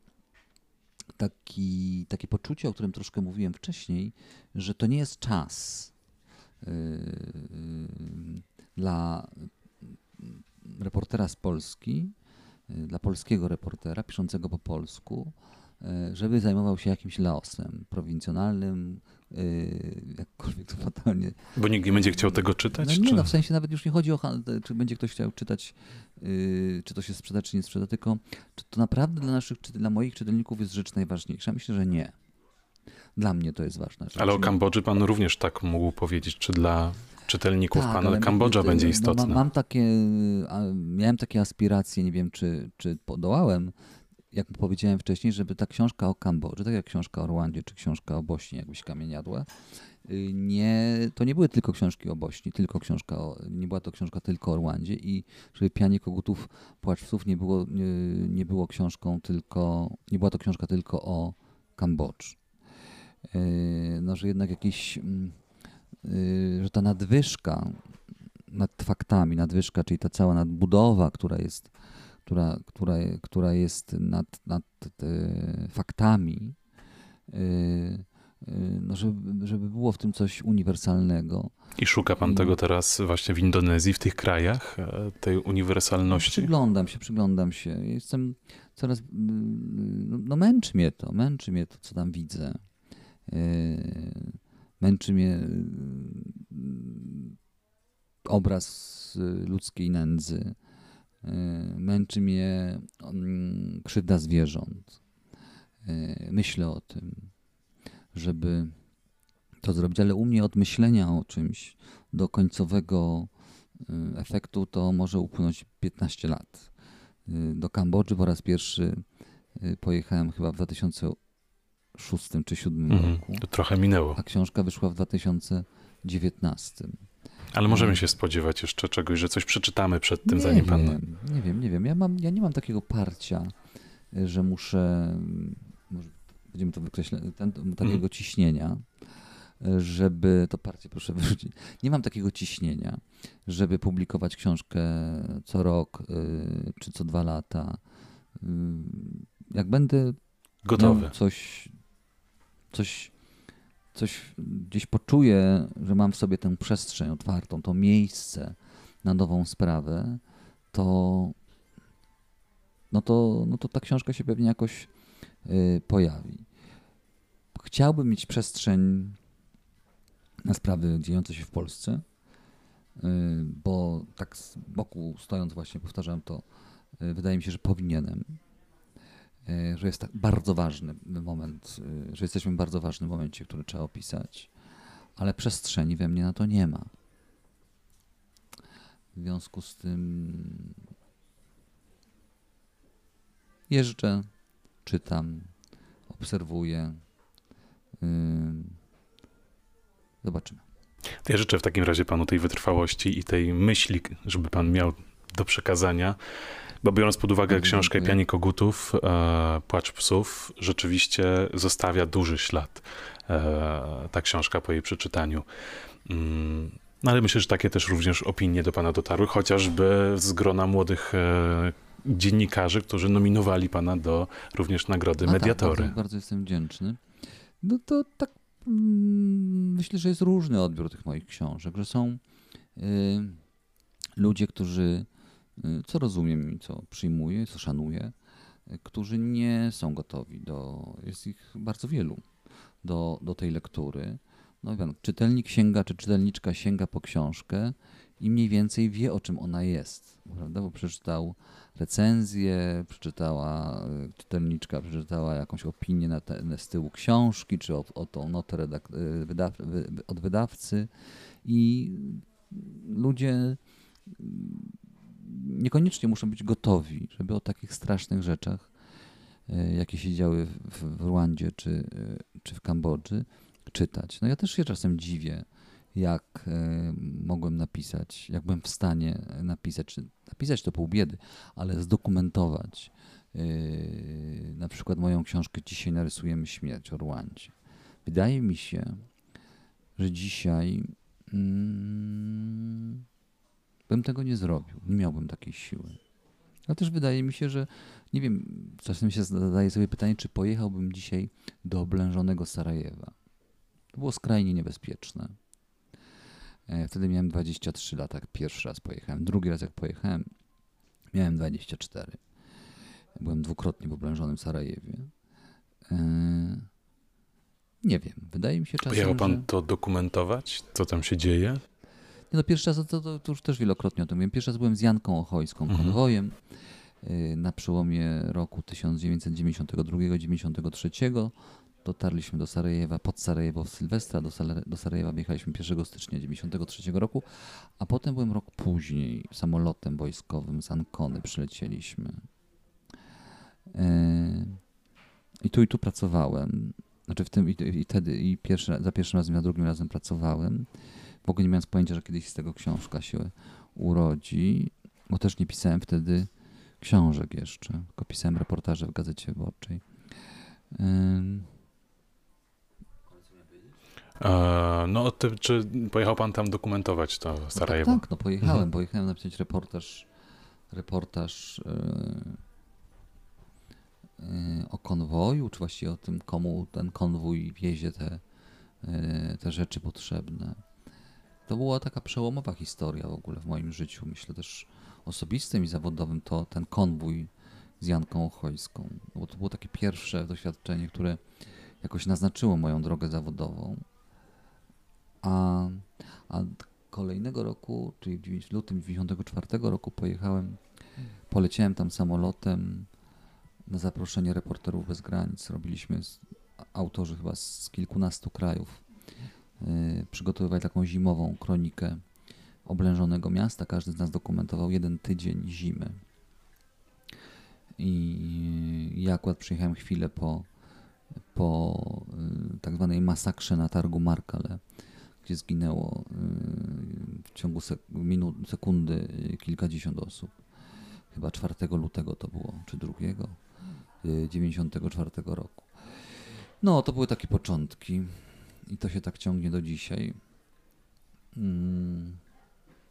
taki, takie poczucie, o którym troszkę mówiłem wcześniej, że to nie jest czas y, y, dla reportera z Polski, y, dla polskiego reportera piszącego po polsku, y, żeby zajmował się jakimś Laosem prowincjonalnym, y, jakkolwiek to fatalnie. Bo nikt nie będzie chciał tego czytać? No nie, czy... no w sensie nawet już nie chodzi o, han- czy będzie ktoś chciał czytać, yy, czy to się sprzeda, czy nie sprzeda, tylko czy to naprawdę dla naszych, czy dla moich czytelników jest rzecz najważniejsza? Myślę, że nie. Dla mnie to jest ważna rzecz. Ale o Nie- Kambodży pan również tak mógł powiedzieć, czy dla czytelników Tak, pana ale Kambodża my- będzie no, istotna? Mam, mam takie, a, miałem takie aspiracje, nie wiem, czy, czy podołałem, jak powiedziałem wcześniej, żeby ta książka o Kambodży, tak jak książka o Rwandzie, czy książka o Bośni, jakbyś kamieniadła, y, nie, to nie były tylko książki o Bośni, tylko książka o, nie była to książka tylko o Rwandzie i żeby Pianie Kogutów, Płacz Psów nie było, nie, nie było książką tylko, nie była to książka tylko o Kambodży. Y, No, że jednak jakiś, mm, y, że ta nadwyżka nad faktami, nadwyżka, czyli ta cała nadbudowa, która jest, która, która, która jest nad, nad e, faktami, e, e, no żeby, żeby było w tym coś uniwersalnego. I szuka pan I- tego teraz właśnie w Indonezji, w tych krajach, e, tej uniwersalności? Przyglądam się, przyglądam się. Jestem coraz, mm, no, no męczy mnie to, męczy mnie to, co tam widzę. E, Męczy mnie mm, obraz y, ludzkiej nędzy. Y, Męczy mnie mm, krzywda zwierząt. Y, Myślę o tym, żeby to zrobić, ale u mnie od myślenia o czymś do końcowego y, efektu to może upłynąć piętnaście lat. Y, Do Kambodży po raz pierwszy y, pojechałem chyba w dwa tysiące szóstym czy dwa tysiące siódmym Mhm, roku, to trochę minęło. a książka wyszła w dwa tysiące dziewiętnastym. Ale możemy się spodziewać jeszcze czegoś, że coś przeczytamy przed tym, nie zanim pan... wiem, nie wiem, nie wiem. Ja, mam, ja nie mam takiego parcia, y, że muszę, mm, może będziemy to wykreślać, ten, takiego Mhm. ciśnienia, y, żeby, to parcie proszę wyrzucić, nie mam takiego ciśnienia, żeby publikować książkę co rok y, czy co dwa lata. Y, Jak będę Gotowy. miał coś, coś coś gdzieś poczuję, że mam w sobie tę przestrzeń otwartą, to miejsce na nową sprawę, to no to, no to ta książka się pewnie jakoś y, pojawi. Chciałbym mieć przestrzeń na sprawy dziejące się w Polsce, y, bo tak z boku stojąc właśnie powtarzam to, y, wydaje mi się, że powinienem, y, że jest tak bardzo ważny moment, y, że jesteśmy w bardzo ważnym momencie, który trzeba opisać, ale przestrzeni we mnie na to nie ma. W związku z tym jeżdżę, czytam, obserwuję. Yy, zobaczymy. Ja życzę w takim razie panu tej wytrwałości i tej myśli, żeby pan miał do przekazania, bo biorąc pod uwagę Bardzo książkę dziękuję. Pianie Kogutów, e, Płacz psów, rzeczywiście zostawia duży ślad e, ta książka po jej przeczytaniu. Mm, no ale myślę, że takie też również opinie do pana dotarły, chociażby z grona młodych e, dziennikarzy, którzy nominowali pana do również nagrody A Mediatory. Tak, bardzo, bardzo jestem wdzięczny. No to tak mm, myślę, że jest różny odbiór tych moich książek, że są y, ludzie, którzy, y, co rozumiem i co przyjmuję, co szanuję, y, którzy nie są gotowi do, jest ich bardzo wielu, do, do tej lektury. No wiem, czytelnik sięga, czy czytelniczka sięga po książkę i mniej więcej wie, o czym ona jest, prawda? Bo przeczytał recenzję, przeczytała y, czytelniczka, przeczytała jakąś opinię na te, z tyłu książki, czy o, o tą notę redak- y, wydaw, wy, od wydawcy i ludzie y, niekoniecznie muszą być gotowi, żeby o takich strasznych rzeczach, y, jakie się działy w, w Rwandzie czy, y, czy w Kambodży, czytać. No ja też się czasem dziwię, jak y, mogłem napisać, jak byłem w stanie napisać, czy napisać to pół biedy, ale zdokumentować y, na przykład moją książkę Dzisiaj narysujemy śmierć o Rwandzie. Wydaje mi się, że dzisiaj mm, bym tego nie zrobił, nie miałbym takiej siły. Ale też wydaje mi się, że nie wiem, czasem się zadaję sobie pytanie, czy pojechałbym dzisiaj do oblężonego Sarajewa. To było skrajnie niebezpieczne. Wtedy miałem dwadzieścia trzy lata, jak pierwszy raz pojechałem. Drugi raz jak pojechałem, miałem dwadzieścia cztery. Byłem dwukrotnie w oblężonym Sarajewie. Nie wiem, wydaje mi się czasem, Pojechał pan że... to dokumentować, co tam się dzieje? Nie, no pierwszy raz, to, to, to już też wielokrotnie o tym mówiłem, pierwszy raz byłem z Janką Ochojską, Mhm. konwojem, na przełomie roku tysiąc dziewięćset dziewięćdziesiątego drugiego dziewięćdziesiątego trzeciego. Dotarliśmy do Sarajewa, pod Sarajewo w Sylwestra, do, Sal- do Sarajewa wjechaliśmy pierwszego stycznia dziewięćdziesiątego trzeciego roku, a potem byłem rok później samolotem wojskowym z Ancony przylecieliśmy. Yy, I tu i tu pracowałem, znaczy w tym i, i wtedy i pierwszy, za pierwszym razem, za drugim razem pracowałem, w ogóle nie mając pojęcia, że kiedyś z tego książka się urodzi, bo też nie pisałem wtedy książek jeszcze, tylko pisałem reportaże w Gazecie Wyborczej. Yy, E, no, ty, czy pojechał pan tam dokumentować to Sarajewo? No tak, tak, no pojechałem, Mhm. pojechałem napisać reportaż, reportaż yy, yy, o konwoju, czy właściwie o tym, komu ten konwój wiezie te, yy, te rzeczy potrzebne. To była taka przełomowa historia w ogóle w moim życiu, myślę też osobistym i zawodowym, to ten konwój z Janką Ochojską, bo to było takie pierwsze doświadczenie, które jakoś naznaczyło moją drogę zawodową. A, a kolejnego roku, czyli w lutym dziewięćdziesiątego czwartego roku pojechałem, poleciałem tam samolotem na zaproszenie Reporterów Bez Granic. Robiliśmy z, autorzy chyba z kilkunastu krajów, yy, przygotowywali taką zimową kronikę oblężonego miasta. Każdy z nas dokumentował jeden tydzień zimy. I ja akurat przyjechałem chwilę po, po yy, tak zwanej masakrze na targu Markale, gdzie zginęło yy, w ciągu sek- minut, sekundy yy, kilkadziesiąt osób. Chyba czwartego lutego to było, czy drugiego, yy, dziewięćdziesiątego czwartego roku. No, to były takie początki i to się tak ciągnie do dzisiaj. Mm.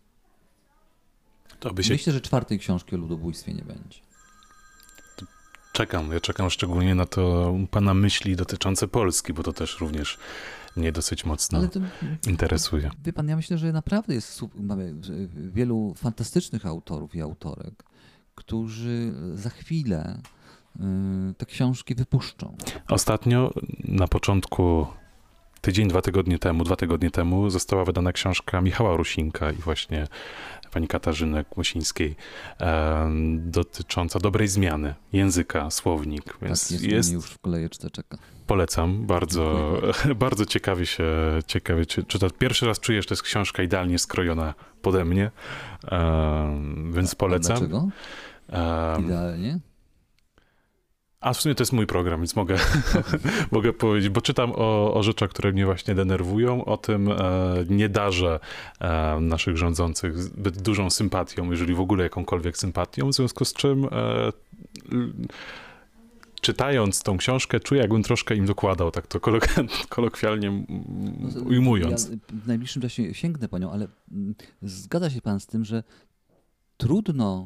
To by się... Myślę, że czwartej książki o ludobójstwie nie będzie. Czekam, ja czekam szczególnie na to pana myśli dotyczące Polski, bo to też również mnie dosyć mocno to, interesuje. Wie pan, ja myślę, że naprawdę jest, mamy wielu fantastycznych autorów i autorek, którzy za chwilę y, te książki wypuszczą. Ostatnio, na początku, tydzień, dwa tygodnie temu, dwa tygodnie temu została wydana książka Michała Rusinka i właśnie pani Katarzyny Kłosińskiej e, dotycząca dobrej zmiany języka, słownik. Więc tak, jest, jest już w kolejeczce czeka. Polecam, bardzo, bardzo ciekawie się ciekawie czyta. Pierwszy raz czuję, że to jest książka idealnie skrojona pode mnie, e, więc polecam. A dlaczego? E, Idealnie? A w sumie to jest mój program, więc mogę, mogę powiedzieć, bo czytam o, o rzeczach, które mnie właśnie denerwują, o tym e, nie darzę e, naszych rządzących zbyt dużą sympatią, jeżeli w ogóle jakąkolwiek sympatią, w związku z czym e, l, czytając tą książkę czuję, jakbym troszkę im dokładał, tak to kolok- kolokwialnie ujmując. Ja w najbliższym czasie sięgnę po nią, ale zgadza się pan z tym, że trudno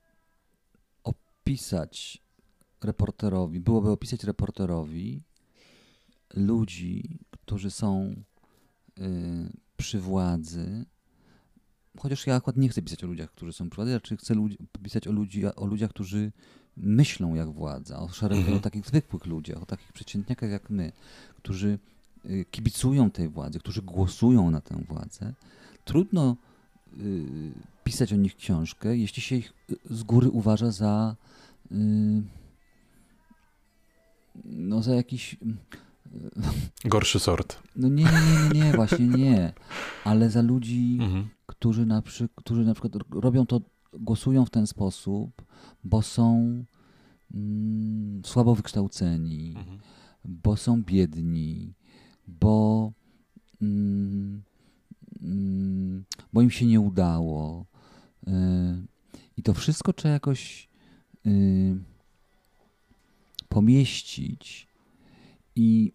opisać reporterowi, byłoby opisać reporterowi ludzi, którzy są y, przy władzy, chociaż ja akurat nie chcę pisać o ludziach, którzy są przy władzy, raczej chcę ludzi, pisać o, ludzi, o ludziach, którzy myślą jak władza, o szeregu Mhm. o takich zwykłych ludziach, o takich przeciętniakach jak my, którzy y, kibicują tej władzy, którzy głosują na tę władzę. Trudno y, pisać o nich książkę, jeśli się ich z góry uważa za y, no za jakiś... Gorszy sort. No nie, nie, nie, nie, nie, właśnie nie. Ale za ludzi, Mhm. którzy na, przy, którzy na przykład robią to, głosują w ten sposób, bo są mm, słabo wykształceni, Mhm. bo są biedni, bo, mm, mm, bo im się nie udało. Y, I to wszystko trzeba jakoś y, pomieścić i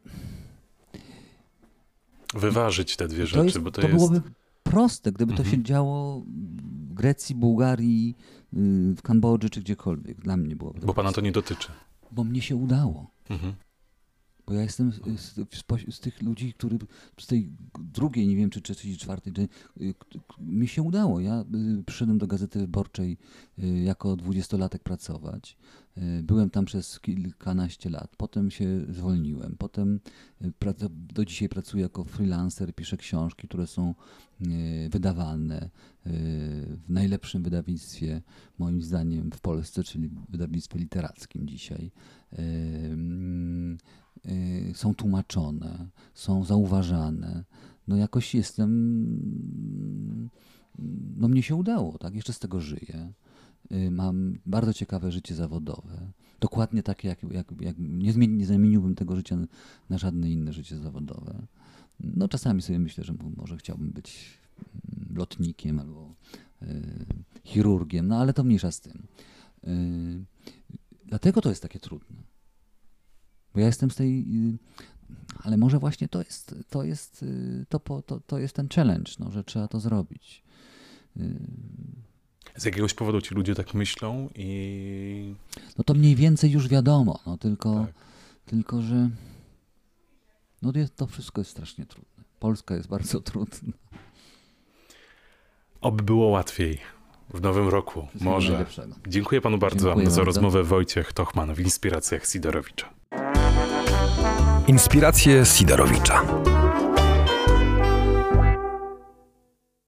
Wyważyć te dwie to, rzeczy, jest, bo to, to jest... byłoby proste, gdyby Mhm. to się działo w Grecji, Bułgarii, y, w Kambodży czy gdziekolwiek. Dla mnie byłoby to Bo pana proste. to nie dotyczy. Bo mnie się udało. Mhm. Bo ja jestem z, z, z tych ludzi, którzy z tej drugiej, nie wiem, czy trzeciej, czwartej, czy, y, k- mi się udało. Ja y, przyszedłem do Gazety Wyborczej y, jako dwudziestolatek pracować. Y, byłem tam przez kilkanaście lat. Potem się zwolniłem. Potem y, prac- do dzisiaj pracuję jako freelancer, piszę książki, które są y, wydawane y, w najlepszym wydawnictwie, moim zdaniem, w Polsce, czyli wydawnictwie literackim dzisiaj. Y, mm, y, są tłumaczone, są zauważane. No jakoś jestem, no mnie się udało, tak? Jeszcze z tego żyję. Y, Mam bardzo ciekawe życie zawodowe. Dokładnie takie, jak, jak, jak nie, zmieni, nie zamieniłbym tego życia na, na żadne inne życie zawodowe. No czasami sobie myślę, że może chciałbym być mm, lotnikiem albo y, chirurgiem, no ale to mniejsza z tym. Y, dlatego to jest takie trudne. Bo ja jestem z tej, y, ale może właśnie to jest, to jest, y, to, po, to, to jest ten challenge, no, że trzeba to zrobić. Y, Z jakiegoś powodu ci ludzie tak myślą i... No to mniej więcej już wiadomo, no tylko, Tak. tylko że no jest, to wszystko jest strasznie trudne. Polska jest bardzo trudna. Oby było łatwiej w nowym roku. Wszystkiego Może. najlepszego. Dziękuję panu bardzo Dziękuję za bardzo. rozmowę. Wojciech Tochman w Inspiracjach Sidorowicza. Inspiracje Sidorowicza.